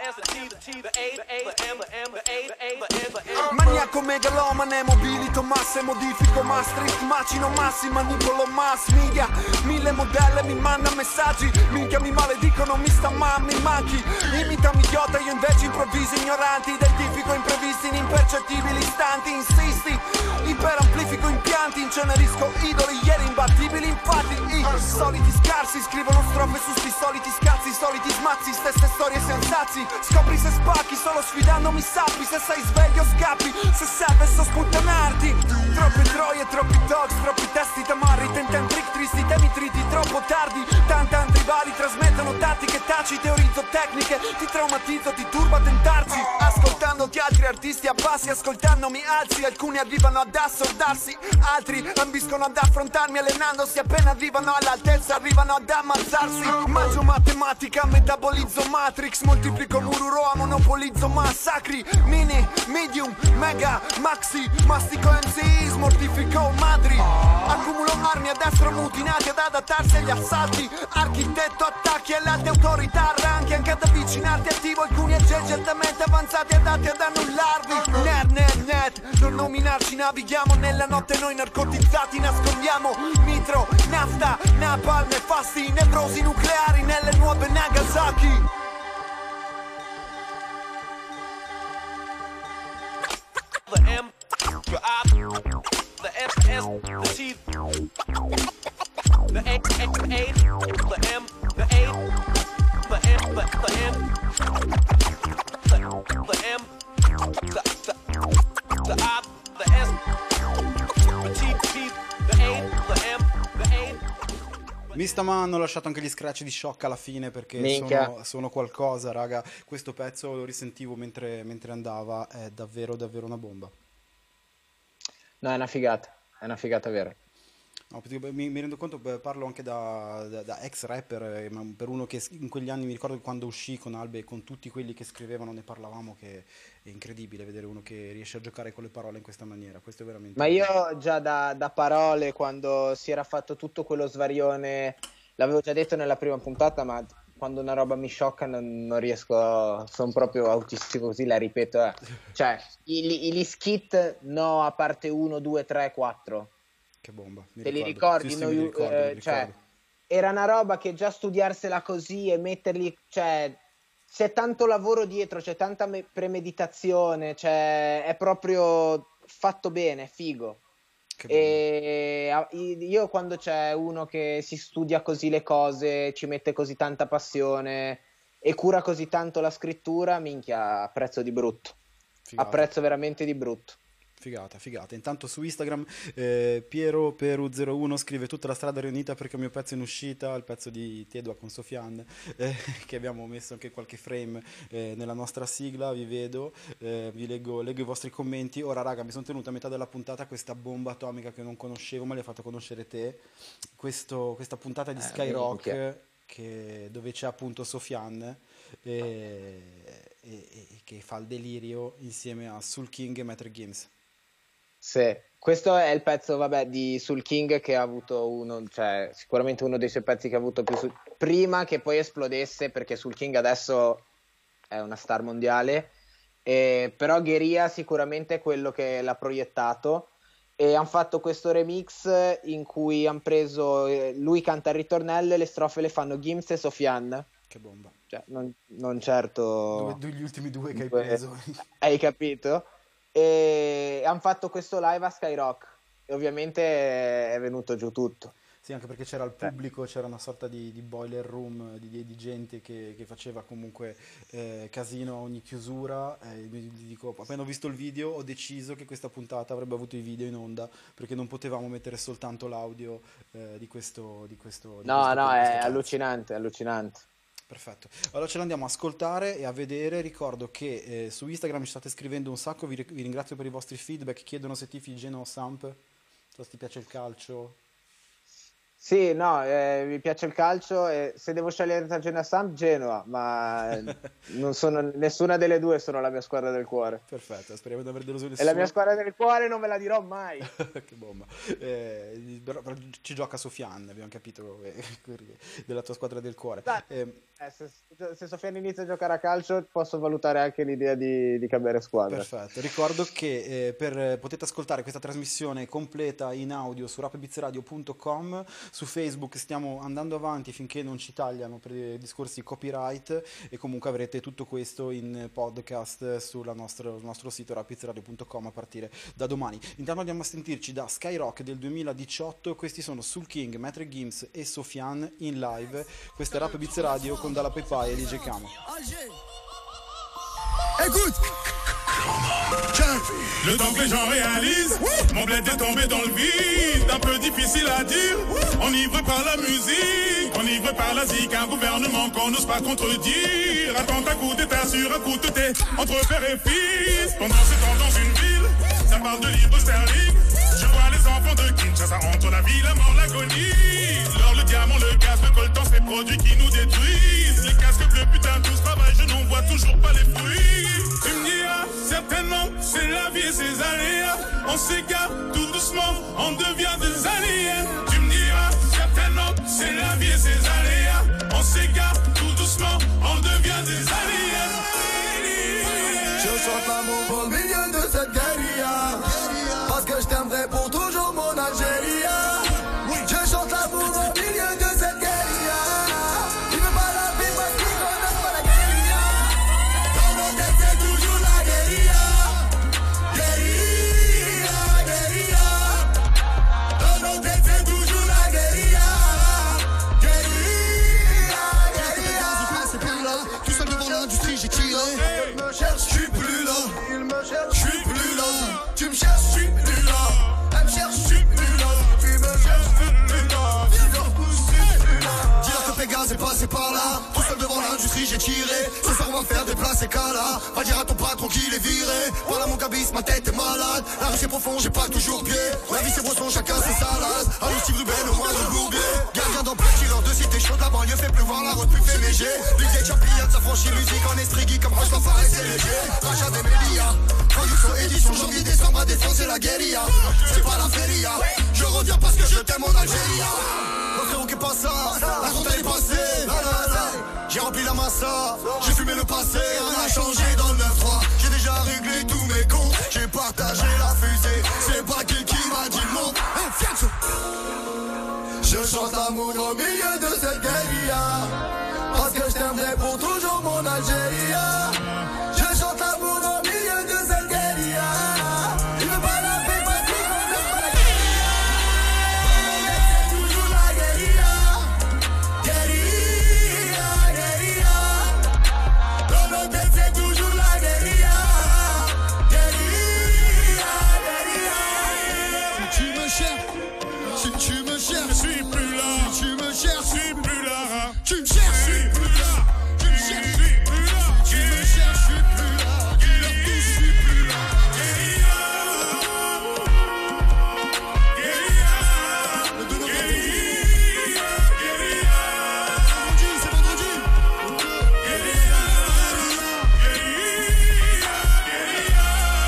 Maniaco megalomane, mobilito masse, modifico Maastricht, macino massi, manipolo mass media. Mille modelle mi manda messaggi, minchia mi maledicono, mi sta ma mi manchi. Imitami idiota, io invece improvviso ignoranti, identifico imprevisti in impercettibili istanti, insisti, iperamplifico impianti, incenerisco idoli, ieri imbattibili, infatti i soliti scarsi scrivono strofe su sti soliti scazzi, soliti smazzi, stesse storie sensazi. Scopri se spacchi, solo sfidandomi sappi, se sei sveglio scappi, se serve so sputtanarti. Troppe troie, troppi dogs, troppi testi tamarri, tenten trick, tristi temi triti, troppo tardi. Tantan rivali trasmettono tattiche taci, teorizzo tecniche, ti traumatizzo, ti turba tentarci. Ascoltandoti altri artisti a bassi, ascoltandomi alzi, alcuni arrivano ad assordarsi, altri ambiscono ad affrontarmi allenandosi, appena arrivano all'altezza arrivano ad ammazzarsi. Mangio matematica, metabolizzo matrix, moltiplico mururo, monopolizzo massacri, mini, medium, mega, maxi, mastico M Cs, mortifico madri, accumulo armi a destro mutinati ad adattarsi agli assalti, architetto attacchi alle alte autorità, ranchi anche ad avvicinarti, attivo alcuni aggeggi altamente avanzati adatti ad annullarvi. Net, net, net, non nominarci, navighiamo nella notte noi narcotizzati, nascondiamo nitro, nafta, napalm, nefasti, nevrosi nucleari nelle nuove Nagasaki. The M, the I, the S, S, the T, the A, A, A, the M, the A, the M, the, the N, the, the M, the, the, the I, the S, the T, T, the A, the M, the A. Mista Man hanno lasciato anche gli scratch di Shock alla fine, perché Minchia. sono, sono qualcosa, raga. Questo pezzo lo risentivo mentre, mentre andava, è davvero davvero una bomba. No, è una figata, è una figata vera. No, perché mi, mi rendo conto, beh, parlo anche da, da- da ex rapper, eh, ma per uno che s- in quegli anni mi ricordo che quando uscì con Albe e con tutti quelli che scrivevano ne parlavamo, che è incredibile vedere uno che riesce a giocare con le parole in questa maniera. Questo è veramente... Ma io già da, da parole, quando si era fatto tutto quello svarione, l'avevo già detto nella prima puntata, ma quando una roba mi sciocca non, non riesco, sono proprio autistico così, la ripeto. eh. Cioè, i- i- gli skit no, a parte uno, due, tre, quattro. Che bomba. Mi Te li ricordo. ricordi? Sì, sì, No, me li you- ricordo, eh, me li cioè, ricordo. era una roba che già studiarsela così e metterli, cioè c'è tanto lavoro dietro, c'è tanta me- premeditazione, cioè è proprio fatto bene, è figo. E a- io quando c'è uno che si studia così le cose, ci mette così tanta passione e cura così tanto la scrittura, minchia, apprezzo di brutto. Figata. Apprezzo veramente di brutto. Figata, figata. Intanto su Instagram eh, Piero Peru zero uno scrive tutta la strada riunita perché il mio pezzo è in uscita, il pezzo di Tiedua con Sofiane, eh, che abbiamo messo anche qualche frame eh, nella nostra sigla, vi vedo, eh, vi leggo, leggo i vostri commenti. Ora raga, mi sono tenuto a metà della puntata questa bomba atomica che non conoscevo, ma l'hai fatto conoscere te, Questo, questa puntata di Eh, Skyrock minchia. che, dove c'è appunto Sofiane e, e, e che fa il delirio insieme a Soul King e Maître Gims. Sì, questo è il pezzo, vabbè, di Soul King che ha avuto uno, cioè sicuramente uno dei suoi pezzi che ha avuto più su- prima che poi esplodesse, perché Soul King adesso è una star mondiale, e, però Guerilla sicuramente è quello che l'ha proiettato e hanno fatto questo remix in cui hanno preso, eh, lui canta il ritornello e le strofe le fanno Gims e Sofiane, Che bomba. cioè non, non certo... Due, due- gli ultimi due che hai Due- preso. Hai capito? E hanno fatto questo live a Skyrock e ovviamente è venuto giù tutto. Sì, anche perché c'era il pubblico, c'era una sorta di, di boiler room di, di- di gente che, che faceva comunque eh, casino a ogni chiusura. E mi dico, appena ho visto il video ho deciso che questa puntata avrebbe avuto i video in onda perché non potevamo mettere soltanto l'audio eh, di questo di questo di No, questo- no, di questo è pezzo. allucinante, è allucinante. Perfetto, allora ce l'andiamo a ascoltare e a vedere. Ricordo che eh, su Instagram ci state scrivendo un sacco, vi, vi ringrazio per i vostri feedback, chiedono se tifi Genoa o Samp, se ti piace il calcio. Sì, no, eh, mi piace il calcio e se devo scegliere tra Genoa e Samp, Genoa, ma non sono nessuna delle due, sono la mia squadra del cuore. Perfetto, speriamo di aver deluso E nessuno. la mia squadra del cuore non ve la dirò mai. Che bomba. Eh, però, però ci gioca Sofiane, abbiamo capito, eh, della tua squadra del cuore. Dai. Eh, Eh, se, se Sofiane inizia a giocare a calcio posso valutare anche l'idea di, di cambiare squadra. Perfetto, ricordo che eh, per, potete ascoltare questa trasmissione completa in audio su rap beats radio punto com, su Facebook stiamo andando avanti finché non ci tagliano per i discorsi copyright e comunque avrete tutto questo in podcast sul nostro, nostro sito rap beats radio punto com a partire da domani. Intanto andiamo a sentirci da Skyrock del duemiladiciotto, questi sono Soul King, Maître Gims e Sofiane in live, questa è Rap Beats Radio con Dalla Pepai e D J Camo. Écoute, Le temps que les gens réalisent, mon bled est tombé dans le vide, un peu difficile à dire, enivré par la musique, enivré par la zik, un gouvernement qu'on n'ose pas contredire, attends un coup d'état sur un coup de thé, entre père et fils, pendant ce temps dans une ville, ça parle de livres sterling, je vois les enfants de Kinshasa entre la vie, la mort, l'agonie, l'or, le diamant, le gaz, le coltan, ces produits qui nous détruisent, les casques bleus, putain, tout ce travail, je n'en vois toujours pas les fruits, tu me diras, certainement, c'est la vie et ses aléas. On s'égare tout doucement, on devient des aliens. Tu me diras, certainement, c'est la vie et ses aléas. On s'égare tout doucement, on devient des aliens. je chante l'amour au milieu de cette guérilla. Parce que je t'aimerai pour toujours mon Algérie. Je chante l'amour au milieu de cette guérilla. Il veut pas la vie parce qu'il connaît pas la guérilla. Dans nos têtes c'est toujours la guérilla. Guérilla, guérilla. Dans nos têtes c'est toujours la guérilla. Guérilla, guérilla. C'est plus là, tout seul devant l'industrie j'ai tiré. Il me cherche, je suis plus là. Il me cherche, je suis plus là. Tu me cherches, je suis plus là. Elle me cherche, je suis plus là. Tu me cherches, je suis plus là. Dis-leur que je suis plus là. Dis-leur que Pégase est passé par là. Tout seul devant l'industrie j'ai tiré. Ce soir on va faire des places et cala. Va dire à ton patron qu'il est viré. Voilà mon cabis, ma tête est malade. La rue c'est profond, j'ai pas toujours pied. La vie c'est brosson, chacun ses salades. Allons Steve Ruben, au moins le bourbier. Gardien d'emploi, tireur de cité chaude. La banlieue fait pleuvoir, la route plus fait léger. L'idée de championne, ça franchit musique en estrigui. Comme Roche l'enfoiré, c'est léger. Rachat des médias. Traduction, édition, janvier, décembre à défoncer la guérilla. C'est pas la feria. Je reviens parce que je t'aime mon Algérie. Mon frérot qui passe ça, la compte elle est passée. La, la, la. J'ai rempli la massa, j'ai fumé le passé, rien n'a changé dans le neuf trois. J'ai déjà réglé tous mes comptes, j'ai partagé la fusée. C'est pas qui qui m'a dit le monde. Je chante l'amour l'amour au milieu de cette guérilla. Parce que je t'aimerai pour toujours mon Algérie. Je chante l'amour au milieu de cette guérilla. Il veut pas la paix parce qu'il connaît pas la guérilla. C'est toujours la guérilla. Guérilla, guérilla. Dans nos têtes c'est toujours la guérilla. Guérilla, guérilla. Si tu me cherches, si tu me cherches, je suis plus là. Si tu me cherches, je suis plus là. Tu me cherches, je suis plus là. Tu me cherches, je suis plus là. Tu me cherches, je suis plus là. Dis-leur que je suis plus là. Guérilla, guérilla, de nos guérilla, guérilla. Vendredi, c'est vendredi. Guérilla, guérilla, guérilla.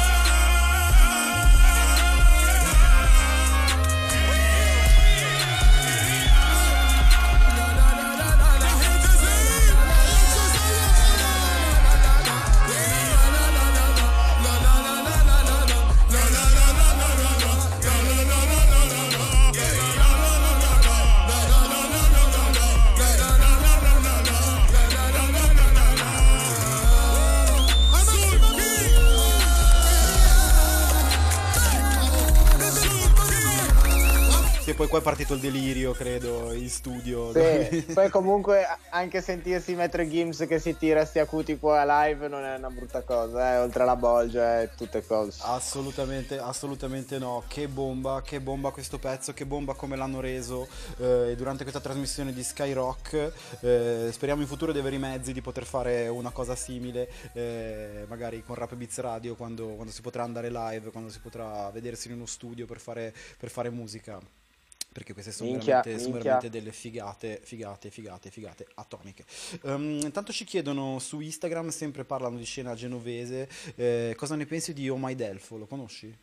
Che poi qua è partito il delirio, credo, in studio. Sì, poi comunque anche sentirsi Metro Gims che si tira sti acuti qua live non è una brutta cosa, eh? Oltre alla bolgia e tutte cose. Assolutamente, assolutamente no. Che bomba, che bomba questo pezzo, che bomba come l'hanno reso eh, durante questa trasmissione di Skyrock. Eh, speriamo in futuro di avere i mezzi di poter fare una cosa simile, eh, magari con Rap Beats Radio, quando, quando si potrà andare live, quando si potrà vedersi in uno studio per fare, per fare musica. Perché queste sono, Minchia, veramente, sono minchia. veramente delle figate, figate, figate, figate atomiche. Um, intanto ci chiedono su Instagram, sempre parlano di scena genovese, eh, cosa ne pensi di Oh My Delfo, lo conosci?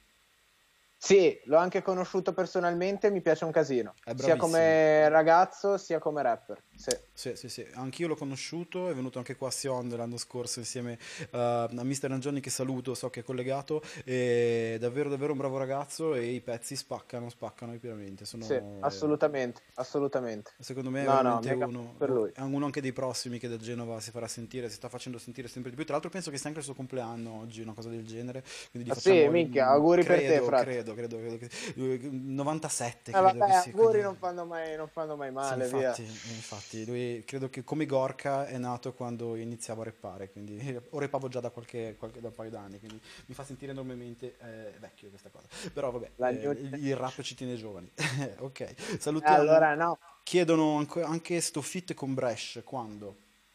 Sì, l'ho anche conosciuto personalmente, mi piace un casino, È sia bravissimo. come ragazzo sia come rapper. Sì. Sì, sì, sì, anch'io l'ho conosciuto, è venuto anche qua a Sion l'anno scorso insieme uh, a mister Angioni, che saluto, so che è collegato, è davvero davvero un bravo ragazzo e i pezzi spaccano, spaccano pienamente. Sono, Sì, assolutamente, assolutamente. Secondo me è No, no, veramente mega uno, per lui. è uno anche dei prossimi che da Genova si farà sentire, si sta facendo sentire sempre di più. Tra l'altro penso che sia anche il suo compleanno oggi, una cosa del genere. Quindi gli Ah, sì, facciamo- minchia, auguri per te, credo, frate. Credo, credo, credo che eh, novantasette, Eh, credo vabbè, che sia. auguri quindi- non fanno mai, non fanno mai Sì, male, infatti, via. infatti, lui credo che come Gorka è nato quando iniziavo a rappare, quindi o rappavo già da qualche, qualche- da un paio d'anni, quindi mi fa sentire enormemente eh, vecchio questa cosa. Però vabbè, La eh, new- il, il rap ci tiene giovani. Ok, salutiamo. Allora, no. Chiedono anche, anche sto fit con Bresh, quando?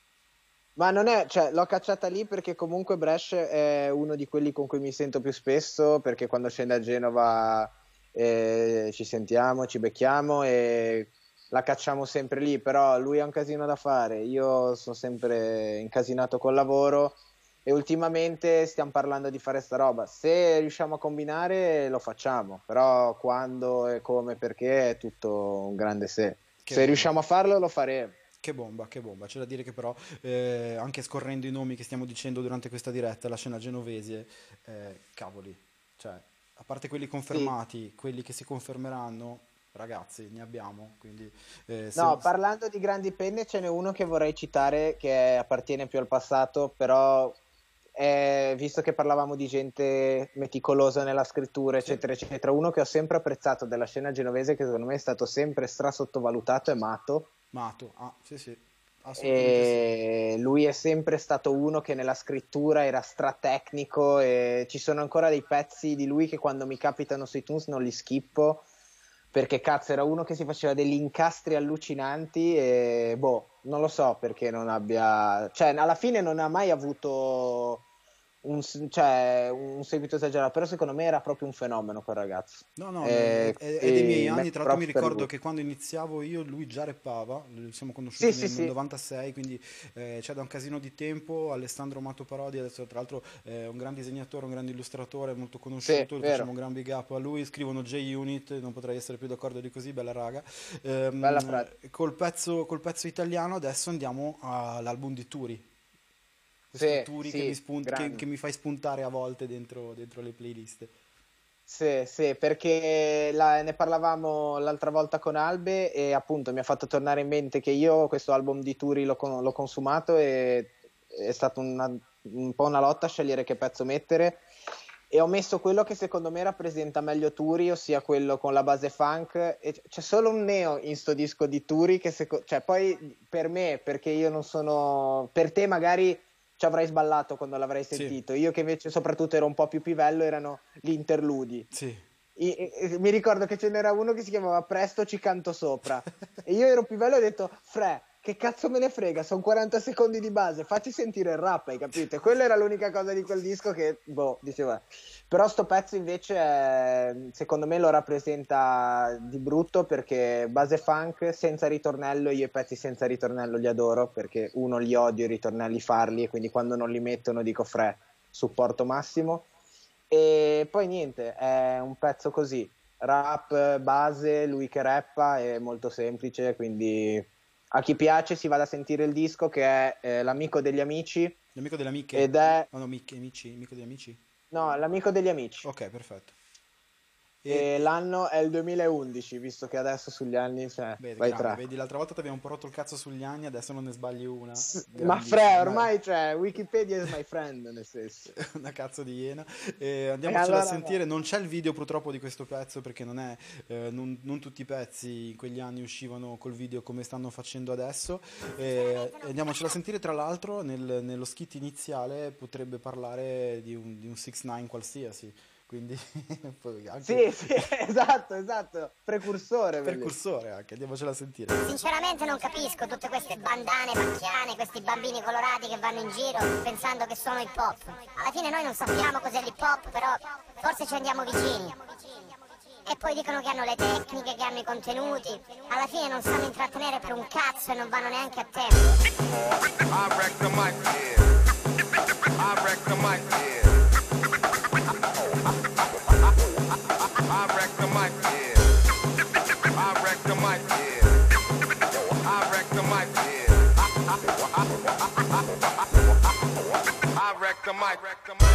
Ma non è, cioè, l'ho cacciata lì perché comunque Brescia è uno di quelli con cui mi sento più spesso, perché quando scende a Genova eh, ci sentiamo, ci becchiamo e la cacciamo sempre lì, però lui ha un casino da fare, io sono sempre incasinato col lavoro e ultimamente stiamo parlando di fare sta roba. Se riusciamo a combinare lo facciamo, però quando e come, perché è tutto un grande se. Che Se riusciamo a farlo lo faremo. Che bomba, che bomba. C'è da dire che però, eh, anche scorrendo i nomi che stiamo dicendo durante questa diretta, la scena genovese, eh, cavoli, cioè, a parte quelli confermati, quelli che si confermeranno, ragazzi, ne abbiamo, quindi... eh, se- No, parlando di grandi penne, ce n'è uno che vorrei citare che appartiene più al passato, però è- visto che parlavamo di gente meticolosa nella scrittura, eccetera, eccetera, uno che ho sempre apprezzato della scena genovese, che secondo me è stato sempre stra sottovalutato, è Mato. Mato, ah, sì, sì, assolutamente E lui è sempre stato uno che nella scrittura era stratecnico e ci sono ancora dei pezzi di lui che quando mi capitano su iTunes non li schippo, perché cazzo era uno che si faceva degli incastri allucinanti e boh, non lo so perché non abbia, cioè alla fine non ha mai avuto un, s- cioè, un seguito esagerato, però secondo me era proprio un fenomeno quel ragazzo. sì. No, no, Eh, è, è dei miei e anni, tra l'altro mi props per ricordo lui. che quando iniziavo io, lui già rappava, ci siamo conosciuti Sì, nel sì, sì. novantasei, quindi eh, c'è da un casino di tempo. Alessandro Mato Parodi, adesso tra l'altro è un gran disegnatore, un grande illustratore, molto conosciuto, Sì, gli facciamo vero. un gran big up a lui, scrivono J-Unit, non potrei essere più d'accordo di così, bella raga. Ehm, Bella frase. col pezzo, col pezzo italiano adesso andiamo all'album di Turi. Questo Sì, Turi sì, che, mi spunt- che, grande. che mi fai spuntare a volte dentro, dentro le playlist. Sì, sì, perché la- ne parlavamo l'altra volta con Albe e appunto mi ha fatto tornare in mente che io questo album di Turi l'ho, con- l'ho consumato e è stata una- un po' una lotta a scegliere che pezzo mettere e ho messo quello che secondo me rappresenta meglio Turi, ossia quello con la base funk e c- c'è solo un neo in sto disco di Turi che seco- cioè poi per me, perché io non sono per te magari ci avrai sballato quando l'avrai Sì, sentito, io che invece soprattutto ero un po' più pivello erano gli interludi. sì. I- i- mi ricordo che ce n'era uno che si chiamava Presto ci canto sopra e io ero più bello e ho detto Fre, che cazzo me ne frega, sono quaranta secondi di base, facci sentire il rap, hai capito? E quella era l'unica cosa di quel disco che, boh, diceva. Però sto pezzo invece è- secondo me lo rappresenta di brutto perché base funk senza ritornello, io i pezzi senza ritornello li adoro perché uno li odio i ritornelli farli e quindi quando non li mettono dico Fre, supporto massimo. E poi niente, è un pezzo così, rap base, lui che rappa, è molto semplice, quindi a chi piace si vada a sentire il disco che è eh, L'amico degli amici L'amico delle amiche? ed è, No, no, mic- amici, amico degli amici? no, L'amico degli amici. Ok, perfetto. E l'anno è il duemilaundici, visto che adesso sugli anni, cioè, Beh, vai grande, tra. vedi, l'altra volta ti abbiamo un po' rotto il cazzo sugli anni, adesso non ne sbagli una. Ma Grandissimo. Fre, ormai cioè, Wikipedia is my friend, nel senso. Una cazzo di iena. Eh, andiamocela allora a sentire. Non c'è il video purtroppo di questo pezzo perché non è eh, non, non tutti i pezzi in quegli anni uscivano col video come stanno facendo adesso. Eh, andiamocela a sentire. Tra l'altro, nel- nello skit iniziale potrebbe parlare di un, di un sei nove qualsiasi. Quindi poi anche Sì, sì, esatto, esatto, precursore. vedi. precursore anche. Andiamocela a sentire. Sinceramente non capisco tutte queste bandane macchiane, questi bambini colorati che vanno in giro pensando che sono hip hop. Alla fine noi non sappiamo cos'è l'hip hop, però forse ci andiamo vicini. E poi dicono che hanno le tecniche, che hanno i contenuti. Alla fine non sanno intrattenere per un cazzo e non vanno neanche a tempo. I wreck the mic, yeah. I wreck the mic, yeah. I wreck the mic, yeah. I wreck the mic, yeah. I wreck the mic, yeah. I wreck the mic, wreck the mic.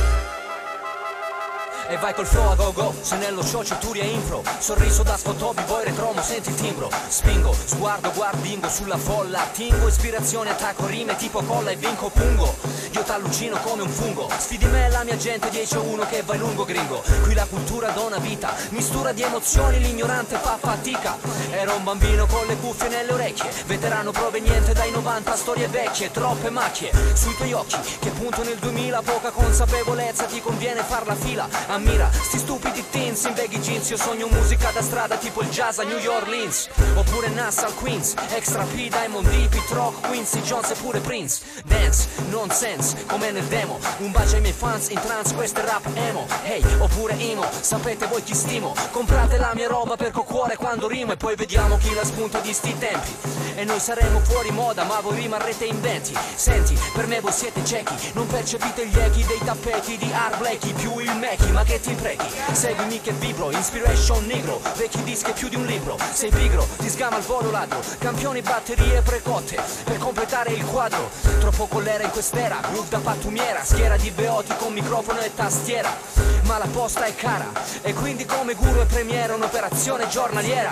E vai col flow a go go, se nello show c'è Turi e impro. Sorriso da sfotobi, poi retromo, senti il timbro. Spingo, sguardo, guardingo sulla folla. Tingo, ispirazione, attacco, rime tipo colla e vinco pungo. Io t'allucino come un fungo. Sfidi me e la mia gente, dieci a uno che vai lungo gringo. Qui la cultura dona vita, mistura di emozioni, l'ignorante fa fatica. Ero un bambino con le cuffie nelle orecchie, veterano proveniente dai novanta, storie vecchie, troppe macchie sui tuoi occhi che punto nel duemila, poca consapevolezza, ti conviene far la fila. Ammira sti stupidi teens in baggy jeans, io sogno musica da strada tipo il jazz a New Orleans, oppure Nassau Queens, Extra P, Diamond D, Pete Rock, Quincy Jones e pure Prince. Dance, nonsense, come nel demo, un bacio ai miei fans in trance, questo è rap emo. Hey, oppure emo, sapete voi chi stimo, comprate la mia roba perché ho cuore quando rimo e poi vediamo chi la spunta di sti tempi. E noi saremo fuori moda ma voi rimarrete inventi. Senti, per me voi siete ciechi, non percepite gli echi dei tappeti di Art Blakey, più il Mackie, ma che ti imprechi. Seguimi che vibro, inspiration negro, vecchi dischi più di un libro. Sei pigro, ti sgama il volo ladro, campioni batterie precotte per completare il quadro. Troppo collera in quest'era, groove da pattumiera, schiera di beoti con microfono e tastiera. Ma la posta è cara e quindi come guru e premiere un'operazione giornaliera.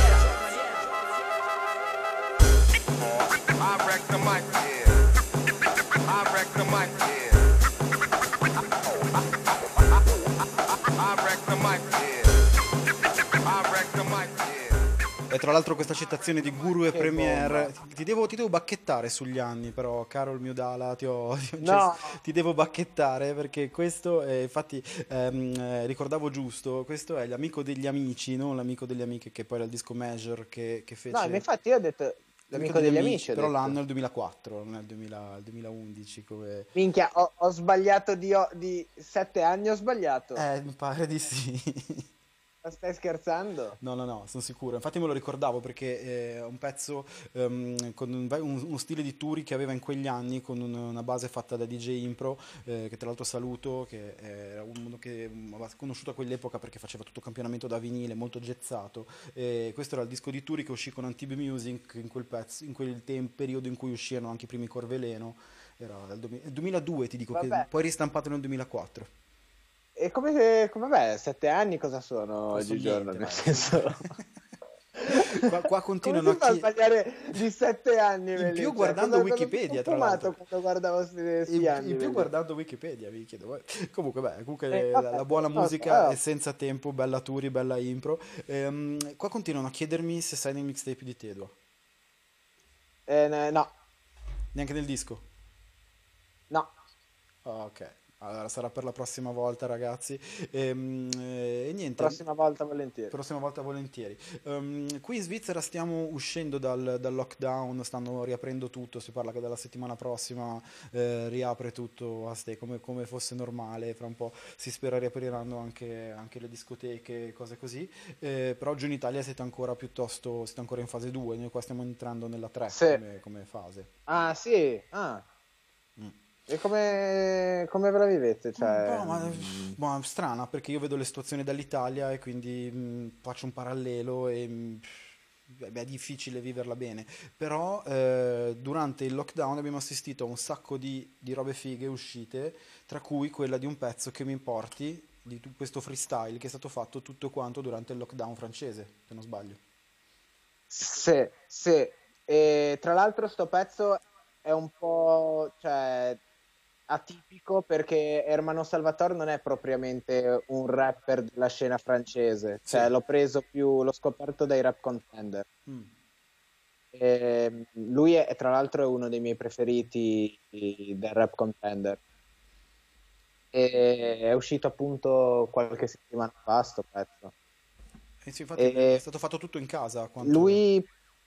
I wreck the mic, yeah. I wreck the mic, yeah. I wreck the mic, yeah. I wreck the mic, yeah. E tra l'altro questa citazione di Guru e Che Premiere, bomba. ti devo, ti devo bacchettare sugli anni però, caro il mio Dala, ti, ho- cioè, No. ti devo bacchettare perché questo, è, infatti ehm, eh, ricordavo giusto, questo è l'amico degli amici, non l'amico delle amiche che poi era il disco Major che, che fece... No, ma infatti io ho detto l'amico degli amici, ho però detto. l'anno è il duemilaquattro, non è il duemila il duemilaundici come... Minchia, ho, ho sbagliato di, o- di sette anni, ho sbagliato. Eh, mi pare di sì. Ma stai scherzando? No, no, no, sono sicuro. Infatti me lo ricordavo perché è un pezzo ehm, con un- un- uno stile di Turi che aveva in quegli anni, con un- una base fatta da D J Impro, eh, che tra l'altro saluto, che era uno che mm, aveva conosciuto a quell'epoca perché faceva tutto campionamento da vinile, molto jazzato. E questo era il disco di Turi che uscì con Antibes Music in quel, pezzo, in quel tem- periodo in cui uscirono anche i primi Corveleno. Era il duemila il duemiladue, ti dico, che Vabbè. poi ristampato nel duemilaquattro. e come, come beh, sette anni cosa sono Non so oggigiorno? niente, Nel dai. senso, Qua, qua come continuano si a fa a chi... sbagliare di sette anni? In Melli? più Cioè, guardando cosa, cosa mi Wikipedia, sono tra fumato l'altro. quando guardavo questi In, anni? in più Melli? guardando Wikipedia, mi chiedo. vabbè. Comunque, beh, comunque Eh, la, vabbè, la buona no, musica è eh, senza tempo, bella Turi, bella impro. Ehm, qua continuano a chiedermi se sai nel mixtape di Tedua. eh, ne- no, Neanche nel disco. no. Ah, ok, allora sarà per la prossima volta, ragazzi. Ehm, eh, E, niente. Prossima volta volentieri. Prossima volta volentieri. Ehm, qui in Svizzera stiamo uscendo dal, dal lockdown, stanno riaprendo tutto, si parla che dalla settimana prossima eh, riapre tutto a ste, come, come fosse normale, fra un po' si spera riapriranno anche, anche le discoteche, cose così. Eh, però giù in Italia siete ancora piuttosto, siete ancora in fase due, noi qua stiamo entrando nella tre Sì. come, come fase. Ah, sì. Ah. Mm. E come, come ve la vivete? Cioè, Un po', ma, ma strana perché io vedo le situazioni dall'Italia e quindi mh, faccio un parallelo e mh, beh, è difficile viverla bene. Però eh, durante il lockdown abbiamo assistito a un sacco di, di robe fighe uscite, tra cui quella di un pezzo che mi importi, di tu- questo freestyle che è stato fatto tutto quanto durante il lockdown francese, se non sbaglio. sì, sì. E tra l'altro sto pezzo è un po', cioè, atipico perché Ermanno Salvatore non è propriamente un rapper della scena francese, cioè Sì. l'ho preso più, l'ho scoperto dai Rap Contender. Mm. E lui è, tra l'altro è uno dei miei preferiti del Rap Contender. E è uscito appunto qualche settimana fa sto pezzo. E sì, infatti è E stato fatto tutto in casa. Quanto... lui,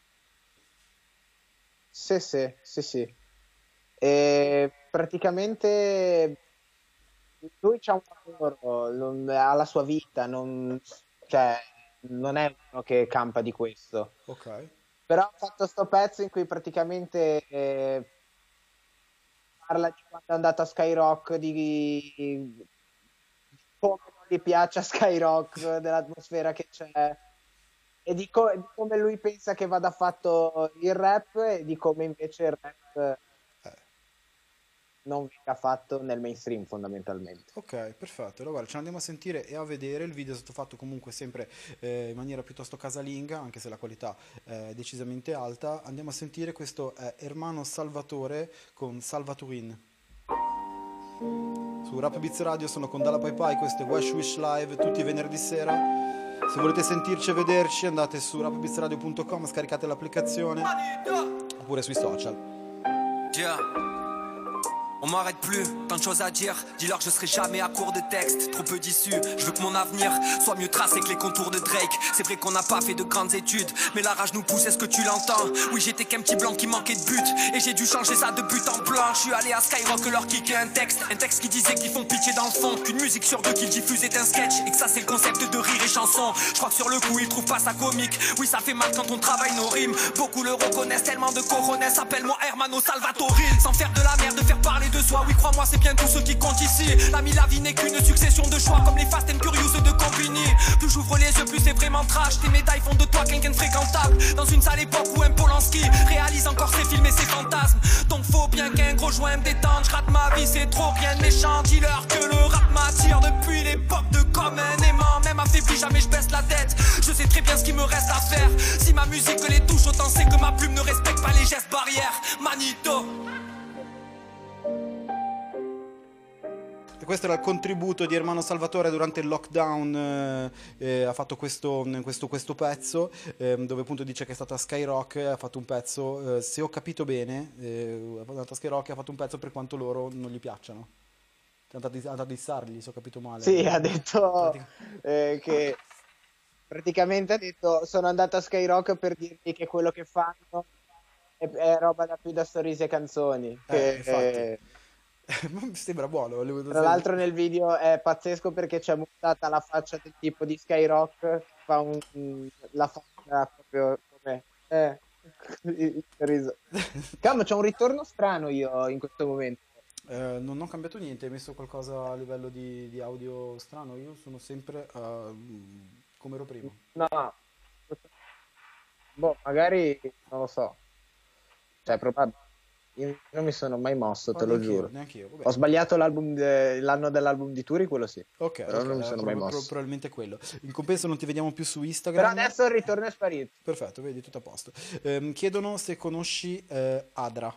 sì, sì, sì, sì. E praticamente lui c'ha un lavoro, non- ha la sua vita, non, cioè, non è uno che campa di questo. Ok. Però ha fatto sto pezzo in cui praticamente eh, parla di quando è andato a Skyrock, di, di come non gli piace a Skyrock, dell'atmosfera che c'è, e di, co- di come lui pensa che vada fatto il rap e di come invece il rap Eh. non venga fatto nel mainstream fondamentalmente. Ok, perfetto. Allora, guarda, ce l'andiamo a sentire e a vedere. Il video è stato fatto comunque sempre eh, in maniera piuttosto casalinga, anche se la qualità è decisamente alta. Andiamo a sentire, questo è Ermanno Salvatore con Salvatorin. Su Rap Beats Radio sono con Dalla Pai Pai, questo è Wish Wish Live tutti i venerdì sera. Se volete sentirci e vederci andate su rap beats radio punto com, scaricate l'applicazione oppure sui social. Yeah. On m'arrête plus, tant de choses à dire. Dis-leur que je serai jamais à court de texte. Trop peu d'issues, je veux que mon avenir soit mieux tracé que les contours de Drake. C'est vrai qu'on n'a pas fait de grandes études, mais la rage nous pousse, est-ce que tu l'entends? Oui, j'étais qu'un petit blanc qui manquait de but, et j'ai dû changer ça de but en blanc. Je suis allé à Skyrock leur kicker un texte, un texte qui disait qu'ils font pitié dans le fond, qu'une musique sur deux qu'ils diffusent est un sketch, et que ça c'est le concept de rire et chanson. Je crois que sur le coup ils trouvent pas ça comique. Oui, ça fait mal quand on travaille nos rimes. Beaucoup le reconnaissent, tellement de coronets. Appelle-moi Hermano Salvatoril. Sans faire de la merde, faire parler de soi. Oui, crois-moi, c'est bien tout ce qui compte ici. L'ami, la vie n'est qu'une succession de choix, comme les Fast and Curious de Compagnie. Plus j'ouvre les yeux, plus c'est vraiment trash. Tes médailles font de toi quelqu'un de fréquentable. Dans une sale époque où un Polanski réalise encore ses films et ses fantasmes. Donc faut bien qu'un gros joint me détende. Je rate ma vie, c'est trop rien de méchant. Dis-leur que le rap m'attire depuis l'époque de comme un aimant. Même affaibli, jamais je baisse la tête. Je sais très bien ce qu'il me reste à faire. Si ma musique les touche, autant c'est que ma plume ne respecte pas les gestes barrières. Manito. Questo era il contributo di Ermanno Salvatore durante il lockdown, eh, eh, ha fatto questo, questo, questo pezzo eh, dove appunto dice che è stato a Skyrock, ha fatto un pezzo, eh, se ho capito bene, eh, è andato a Skyrock e ha fatto un pezzo per quanto loro non gli piacciono. È andato, è andato a dissarli, se ho capito male. Sì, ha detto Pratica- eh, che praticamente ha detto sono andato a Skyrock per dirgli che quello che fanno è, è roba da più da sorrisi e canzoni. Che, Eh, infatti. eh, Mi sembra buono. volevo- tra l'altro nel video è pazzesco perché c'è montata la faccia del tipo di Skyrock, fa un, un- la faccia proprio come eh, il sorriso. Cam, c'è un ritorno strano io in questo momento. Eh, non ho cambiato niente, hai messo qualcosa a livello di, di audio strano? Io sono sempre eh, come ero prima. No, boh, magari non lo so, cioè è probabile. Io non mi sono mai mosso, te Oh, lo neanch'io, giuro. neanch'io, vabbè. Ho sbagliato l'album de- l'anno dell'album di Turi, quello sì. Ok, Però ok, non mi eh, sono pro- mai pro- mosso. probabilmente quello. In compenso non ti vediamo più su Però Instagram. adesso il ritorno è sparito. Perfetto, vedi, tutto a posto. Ehm, chiedono se conosci eh, Adra,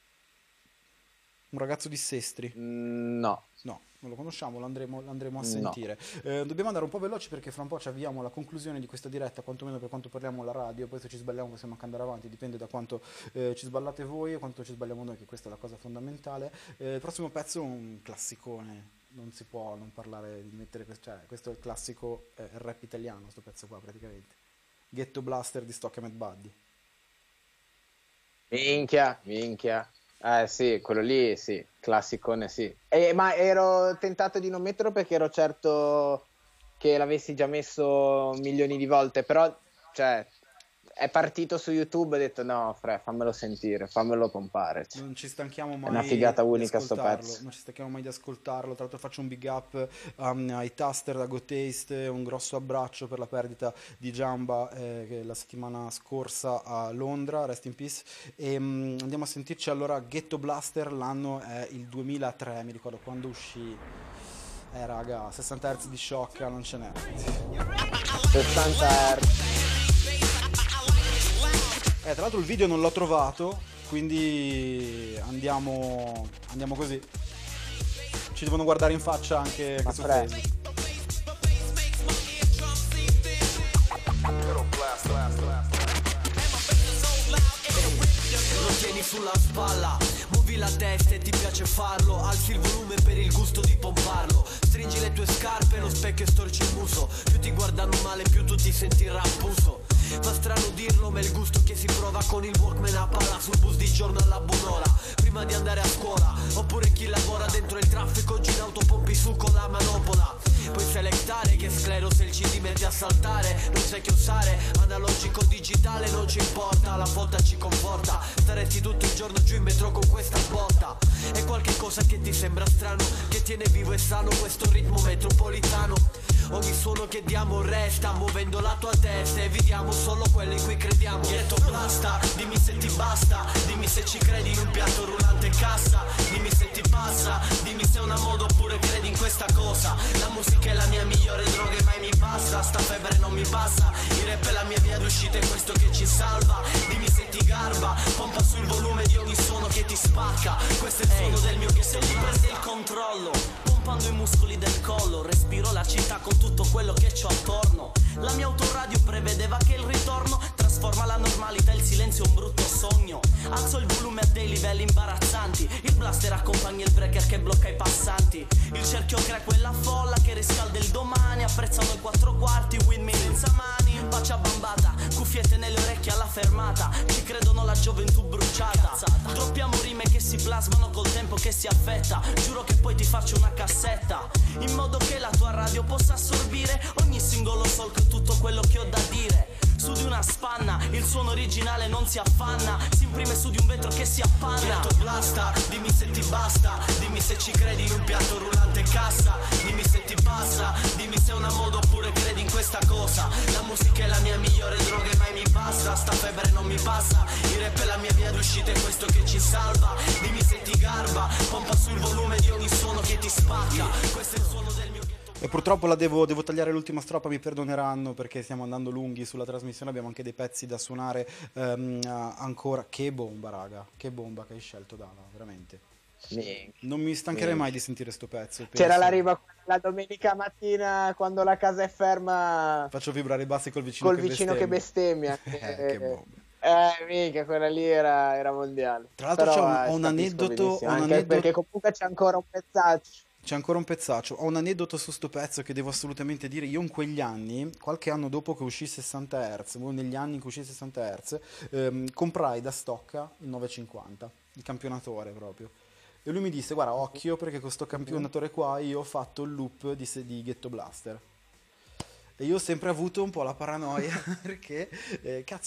un ragazzo di Sestri. Mm, no. No, non lo conosciamo, lo andremo, lo andremo a No. sentire. Eh, dobbiamo andare un po' veloci perché fra un po' ci avviamo alla conclusione di questa diretta, quantomeno per quanto parliamo alla radio. Poi se ci sbagliamo possiamo anche andare avanti, dipende da quanto eh, ci sballate voi e quanto ci sbagliamo noi, che questa è la cosa fondamentale. Eh, il prossimo pezzo è un classicone, non si può non parlare di mettere, cioè, questo è il classico eh, rap italiano, sto pezzo qua praticamente. Ghetto Blaster di Stock and Buddy. Minchia, minchia. Eh sì, quello lì sì, classicone sì. Eh, ma ero tentato di non metterlo perché ero certo che l'avessi già messo milioni di volte, però cioè è partito su YouTube e ho detto no, fre, fammelo sentire, fammelo pompare. Cioè. Non ci stanchiamo mai È una figata di unica sto ascoltarlo, pezzo. non ci stanchiamo mai di ascoltarlo. Tra l'altro faccio un big up um, ai Taster da Go Taste, un grosso abbraccio per la perdita di Giamba eh, che la settimana scorsa a Londra, rest in peace. E um, andiamo a sentirci allora Ghetto Blaster, l'anno è il duemilatré, mi ricordo quando uscì. Eh raga, sessanta hertz di shock, non ce n'è. sessanta hertz. Eh, tra l'altro il video non l'ho trovato, quindi andiamo, andiamo così. Ci devono guardare in faccia anche Ma su pre- Facebook. Lo tieni sulla spalla, muovi la testa e ti piace farlo. Alzi il volume per il gusto di pomparlo. Stringi le tue scarpe, lo specchio e storci il muso. Più ti guardano male, più tu ti senti rappuso. Fa strano dirlo, ma è il gusto che si prova con il Walkman a palla sul bus di giorno alla buon'ora, prima di andare a scuola. Oppure chi lavora dentro il traffico, oggi in auto pompi su con la manopola. Puoi selectare che sclero se il C D metti a saltare. Non sai che usare, analogico digitale non ci importa. La foto ci conforta, staresti tutto il giorno giù in metro con questa botta. È qualche cosa che ti sembra strano, che tiene vivo e sano questo ritmo metropolitano. Ogni suono che diamo resta, muovendo la tua testa. E vediamo solo quello in cui crediamo. Ghetto Blasta, dimmi se ti basta. Dimmi se ci credi in un piatto rullante in cassa. Dimmi se ti passa, dimmi se è una moda oppure credi in questa cosa. La musica è la mia migliore droga e mai mi basta. Sta febbre non mi passa, il rap è la mia via d'uscita, è questo che ci salva. Dimmi se ti garba, pompa sul volume di ogni suono che ti spacca. Questo è il suono del mio che se ti prende il controllo, pompando i muscoli del collo. Respiro la città con tutto quello che c'ho attorno. La mia autoradio prevedeva che il ritorno trasforma la normalità, il silenzio un brutto sogno. Alzo il volume a dei livelli imbarazzanti. Il blaster accompagna il breaker che blocca i passanti. Il cerchio crea quella folla che riscalda il domani. Apprezzano i quattro quarti, windmill senza mani. Pace bambata, cuffiette nelle orecchie alla fermata. Ci credono la gioventù bruciata. Droppiamo rime che si plasmano col tempo che si affetta. Giuro che poi ti faccio una cassetta, in modo che la tua radio possa assorbire ogni singolo solco e tutto quello che ho da dire. Su di una spanna, il suono originale non si affanna, si imprime su di un vetro che si appanna. Ghetto Blasta, dimmi se ti basta. Dimmi se ci credi in un piatto rullante in cassa. Dimmi se ti passa, dimmi se è una moda oppure credi in questa cosa. La musica è la mia migliore droga e mai mi basta. Sta febbre non mi passa, il rap è la mia via d'uscita, è questo che ci salva. Dimmi se ti garba, pompa sul volume di ogni suono che ti spacca. Questo è il suono del mio ghetto. E purtroppo la devo, devo tagliare l'ultima strofa, mi perdoneranno perché stiamo andando lunghi sulla trasmissione, abbiamo anche dei pezzi da suonare ehm, ancora. Che bomba raga, che bomba che hai scelto Dava, veramente. Minchia. Non mi stancherei mai di sentire sto pezzo. C'era penso- la riva la domenica mattina quando la casa è ferma Faccio vibrare i bassi col vicino col che vicino che bestemmia. bestemmia. Eh, che bomba. Eh, mica, quella lì era, era mondiale. Tra l'altro Però, c'è un- eh, ho un capisco aneddoto- benissimo, un anche aneddoto- perché comunque c'è ancora un pezzaccio. C'è ancora un pezzaccio, ho un aneddoto su sto pezzo che devo assolutamente dire. Io in quegli anni, qualche anno dopo che uscì sessanta hertz, negli anni in cui uscì sessanta hertz, ehm, comprai da Stocca il novecentocinquanta, il campionatore proprio. E lui mi disse, guarda, occhio perché con sto campionatore qua io ho fatto il loop di, se- di Ghetto Blaster. E io ho sempre avuto un po' la paranoia perché, eh, cazzo,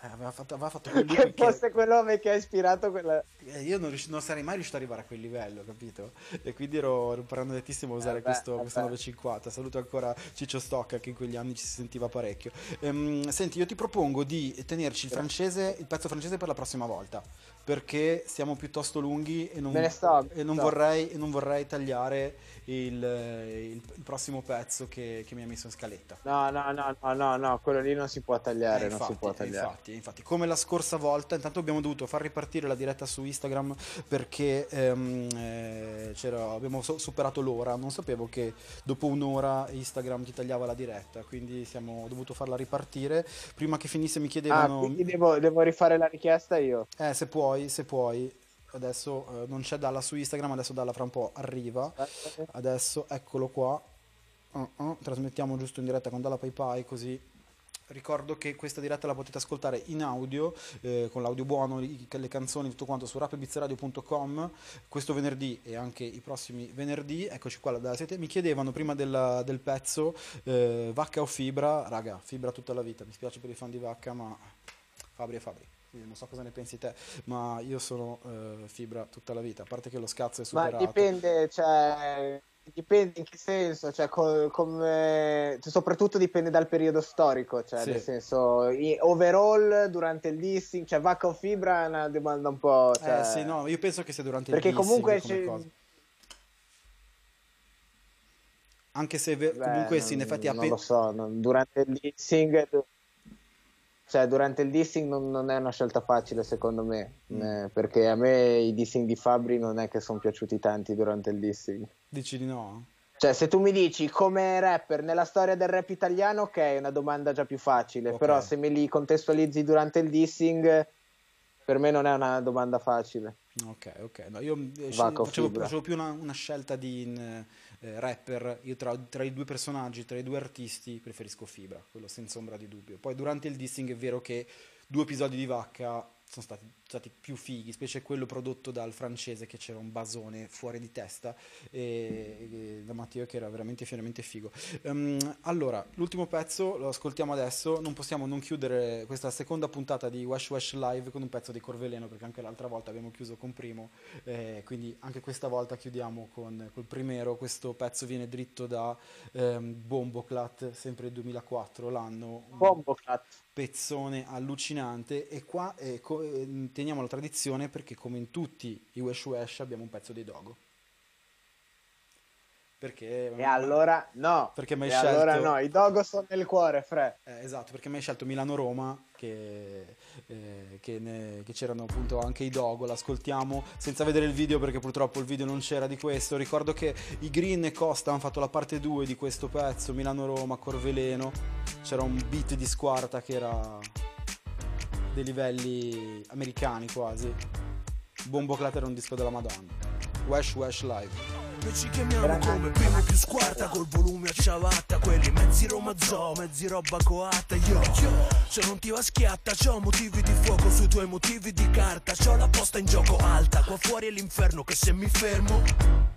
aveva fatto, aveva fatto quel Che look che... fosse quell'uomo che ha ispirato quella... Eh, io non, riusci- non sarei mai riuscito ad arrivare a quel livello, capito? E quindi ero, ero paranoiatissimo a usare Eh beh, questo, eh questo beh. novecentocinquanta. Saluto ancora Ciccio Stocca, che in quegli anni ci si sentiva parecchio. Ehm, senti, io ti propongo di tenerci il francese, il pezzo francese per la prossima volta, perché siamo piuttosto lunghi e non, Me ne sto, e non sto. vorrei, e non vorrei tagliare il, il- il prossimo pezzo che, che mi ha messo in scaletta. No, no, no, no, no, no, quello lì non si può tagliare, Eh, non infatti, si può eh, tagliare. infatti, infatti, come la scorsa volta, intanto abbiamo dovuto far ripartire la diretta su Instagram perché ehm, eh, c'era- abbiamo so- superato l'ora. Non sapevo che dopo un'ora Instagram ti tagliava la diretta, quindi siamo dovuto farla ripartire. Prima che finisse mi Ah, chiedevano, quindi devo, devo rifare la richiesta io. eh, se puoi, se puoi. Adesso eh, non c'è Dalla su Instagram, adesso Dalla fra un po' arriva. Adesso eccolo qua. Uh, uh, trasmettiamo giusto in diretta con Dalla Pai Pai, così ricordo che questa diretta la potete ascoltare in audio, eh, con l'audio buono, i- le canzoni, tutto quanto su rap e bizradio punto com questo venerdì e anche i prossimi venerdì. Eccoci qua da sete. Mi chiedevano prima della- del pezzo eh, Vacca o Fibra. Raga, Fibra tutta la vita, mi spiace per i fan di Vacca, ma Fabri e Fabri. Quindi non so cosa ne pensi te, ma io sono eh, Fibra tutta la vita, a parte che lo scazzo è Ma superato. dipende, cioè, dipende in che senso, cioè, co- come, cioè, soprattutto dipende dal periodo storico, cioè, Sì. nel senso, i- overall, durante il dissing, cioè, Vacca o Fibra è una domanda un po', cioè, Eh sì, no, io penso che sia durante perché il dissing comunque come c'è- cosa. Anche se ve- beh, comunque sì, in non- effetti non appe- lo so, non- durante il dissing, cioè, durante il dissing non, non è una scelta facile secondo me, Mm. eh, perché a me i dissing di Fabri non è che sono piaciuti tanti durante il dissing. dici di no? Cioè, se tu mi dici come rapper nella storia del rap italiano, ok, è una domanda già più facile, Ok. però se me li contestualizzi durante il dissing, per me non è una domanda facile. Ok, ok. No, io eh, scel- Vacca o facevo, Fibra. facevo più una, una scelta di in, eh, rapper. Io tra, tra i due personaggi, tra i due artisti, preferisco Fibra, quello senza ombra di dubbio. Poi durante il dissing è vero che due episodi di Vacca sono stati, stati più fighi, specie quello prodotto dal francese, che c'era un basone fuori di testa, e, e da Matteo, che era veramente veramente figo. Ehm, allora, l'ultimo pezzo lo ascoltiamo adesso. Non possiamo non chiudere questa seconda puntata di Wesh Wesh Live con un pezzo di Corveleno, perché anche l'altra volta abbiamo chiuso con Primo, eh, quindi anche questa volta chiudiamo con col Primero. Questo pezzo viene dritto da ehm, Bomboclat, sempre duemilaquattro l'anno, un Bomboclat. pezzone allucinante. E qua eh, co- eh, teniamo la tradizione, perché come in tutti i Wesh Wesh abbiamo un pezzo di Dogo. Perché E allora no, Perché mi hai e allora scelto- no, i Dogo sono nel cuore, fre. Eh, esatto, perché mi hai scelto Milano-Roma, che, eh, che, ne- che c'erano appunto anche i Dogo. L'ascoltiamo senza vedere il video, perché purtroppo il video non c'era di questo. Ricordo che i Green e Costa hanno fatto la parte due di questo pezzo, Milano-Roma, Corveleno. C'era un beat di Squarta che era dei livelli americani quasi. Bomboclat era un disco della Madonna. Wesh Wesh Live. Noi ci chiamiamo come primo più squarta, col volume a ciabatta, quelli mezzi Roma zoo, mezzi roba coatta. Yo, se non ti va schiatta, c'ho motivi di fuoco sui tuoi motivi di carta. C'ho la posta in gioco alta, qua fuori è l'inferno che se mi fermo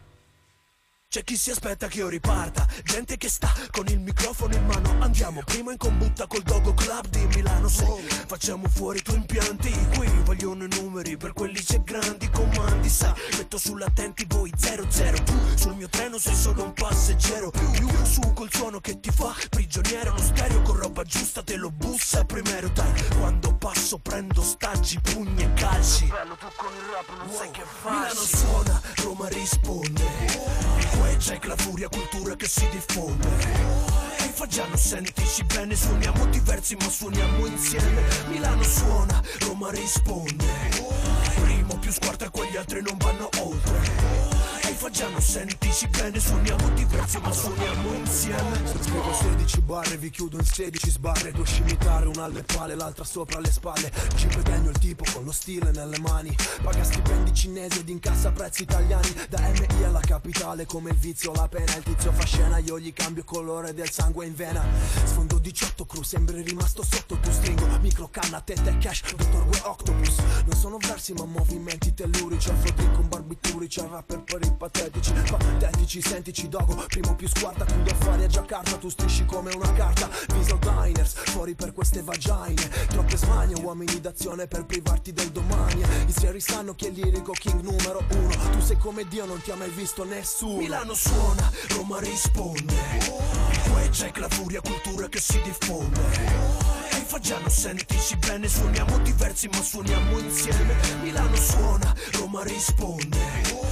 c'è chi si aspetta che io riparta, gente che sta con il microfono in mano. Andiamo prima in combutta col Dogo Club di Milano. Se facciamo fuori i tuoi impianti, qui vogliono i numeri, per quelli c'è grandi comandi. Sai, metto sull'attenti voi zero zero, tu sul mio treno sei solo un passeggero. Più su col suono che ti fa prigioniero, lo stereo con roba giusta te lo bussa primero. Dai, quando passo prendo staggi, pugni e calci. Bello, tu con il rap non sai che fai. Milano suona, Roma risponde. C'è la furia, cultura che si diffonde. E Fagiano, sentici bene, suoniamo diversi ma suoniamo insieme. Milano suona, Roma risponde. Primo più squarta, quegli altri non vanno oltre. E Fagiano, sentici bene, suoniamo diversi ma suoniamo insieme. Scrivo sedici barre, vi chiudo in sedici sbarre. Due scimitare, una alle pale, l'altra sopra le spalle. Ci impegno il tipo con lo stile nelle mani. Paga stipendi cinesi ed incassa prezzi italiani. Da M I alla capitale come il vizio, la pena. Il tizio fa scena, io gli cambio colore del sangue in vena. Sfondo diciotto crew, sembri rimasto sotto. Tu stringo, micro canna, teta e cash, dottor Gue Octopus. Non sono versi ma movimenti tellurici. Al fodrico con barbiturici, al rapper per i patrici. patetici, patetici, sentici dogo, primo più squarta, chiudo affari a Giacarta, tu strisci come una carta, Visual diners, fuori per queste vagine, troppe smanie, uomini d'azione per privarti del domani, i seri sanno chi è il lirico king numero uno, tu sei come Dio, non ti ha mai visto nessuno. Milano suona, Roma risponde, poi c'è la furia, cultura che si diffonde. Ehi Fagiano, sentisi bene, suoniamo diversi ma suoniamo insieme. Milano suona, Roma risponde,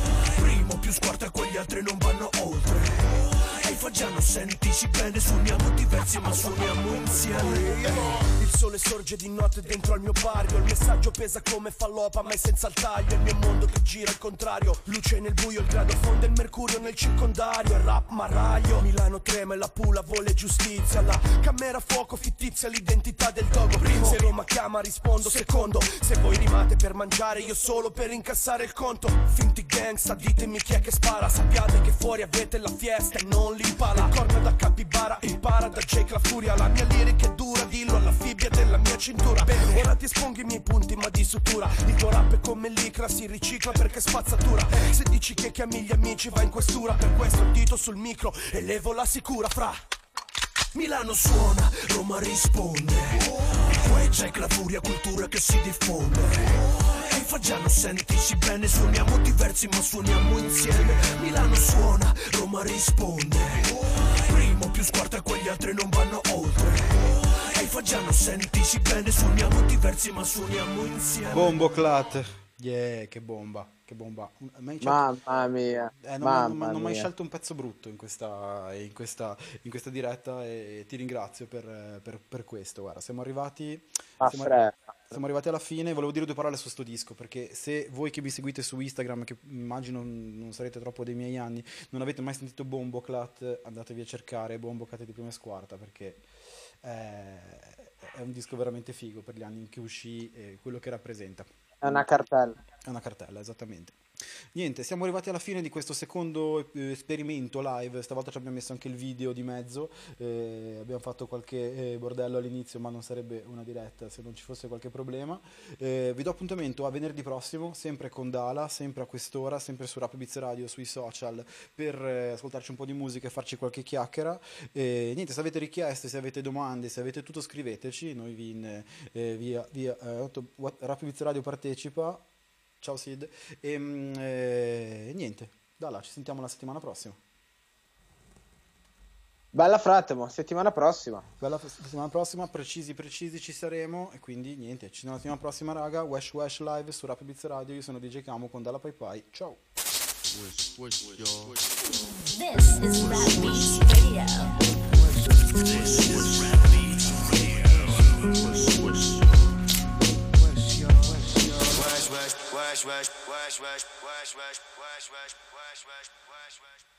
primo più squarta, quegli altri non vanno oltre. Ehi Fagiano, sentisi bene, suoniamo diversi ma suoniamo insieme. Il sole sorge di notte dentro al mio barrio, il messaggio pesa come fallopa ma è senza il taglio, il mio mondo che gira al contrario, luce nel buio, il grado fonde il mercurio nel circondario, il rap marraglio, Milano trema e la pula vuole giustizia, la camera a fuoco fittizia l'identità del togo, primo, se Roma chiama rispondo, secondo, se voi rimate per mangiare io solo per incassare il conto, finti gangsta ditemi chi è che spara, sappiate che fuori avete la fiesta e non l'impala, corna da capibara, impara da Jake la furia, la mia lirica è dura, dillo alla fibbia della mia cintura. Bene, ora ti espongo i miei punti ma di sutura, il tuo rap è come l'icra, si ricicla perché spazzatura, se dici che chiami gli amici va in questura, per questo il dito sul micro e levo la sicura fra. Milano suona, Roma risponde, poi c'è la furia, cultura che si diffonde. Ehi Fagiano, sentisi bene, suoniamo diversi ma suoniamo insieme. Milano suona, Roma risponde, primo più squarta, quegli altri non vanno oltre. Ehi Fagiano, sentisi bene, suoniamo diversi ma suoniamo insieme. Bombo Clat, yeah, che bomba, che bomba. Mai scelto... Mamma mia, Eh, non, mamma non, non ho mai mia. scelto un pezzo brutto in questa, in questa, in questa diretta e ti ringrazio per, per, per questo. Guarda, siamo arrivati, Ma siamo, frega. siamo arrivati alla fine. Volevo dire due parole su sto disco, perché se voi che mi seguite su Instagram, che immagino non sarete troppo dei miei anni, non avete mai sentito Bombo Clat, andatevi a cercare Bombo Clat di prima squarta, perché eh, è un disco veramente figo per gli anni in cui uscì e quello che rappresenta. È una cartella. È una cartella, esattamente. Niente, siamo arrivati alla fine di questo secondo eh, esperimento live. Stavolta ci abbiamo messo anche il video di mezzo. Eh, abbiamo fatto qualche eh, bordello all'inizio, ma non sarebbe una diretta se non ci fosse qualche problema. Eh, vi do appuntamento a venerdì prossimo, sempre con Dala, sempre a quest'ora, sempre su Rap Beats Radio, sui social, per eh, ascoltarci un po' di musica e farci qualche chiacchiera. E niente, se avete richieste, se avete domande, se avete tutto, scriveteci. Noi vi, in, eh, via, via eh, Rap Beats Radio partecipa. Ciao Sid. E eh, niente, da là, ci sentiamo la settimana prossima. Bella Fratemo, settimana prossima. Bella settimana prossima, precisi precisi ci saremo. E quindi niente, ci vediamo la settimana prossima, raga. Wesh Wesh live su Rap Beats Radio. Io sono D J Camo con Dalla Pai Pai. Ciao. Wish, wish, y'all. This is Rap Beats Radio. This is Rap Beats Radio. Wish, wish. Wesh, wesh, wesh, wesh, wesh, wesh, wesh, wesh, wesh, wesh, wesh, wesh, wesh.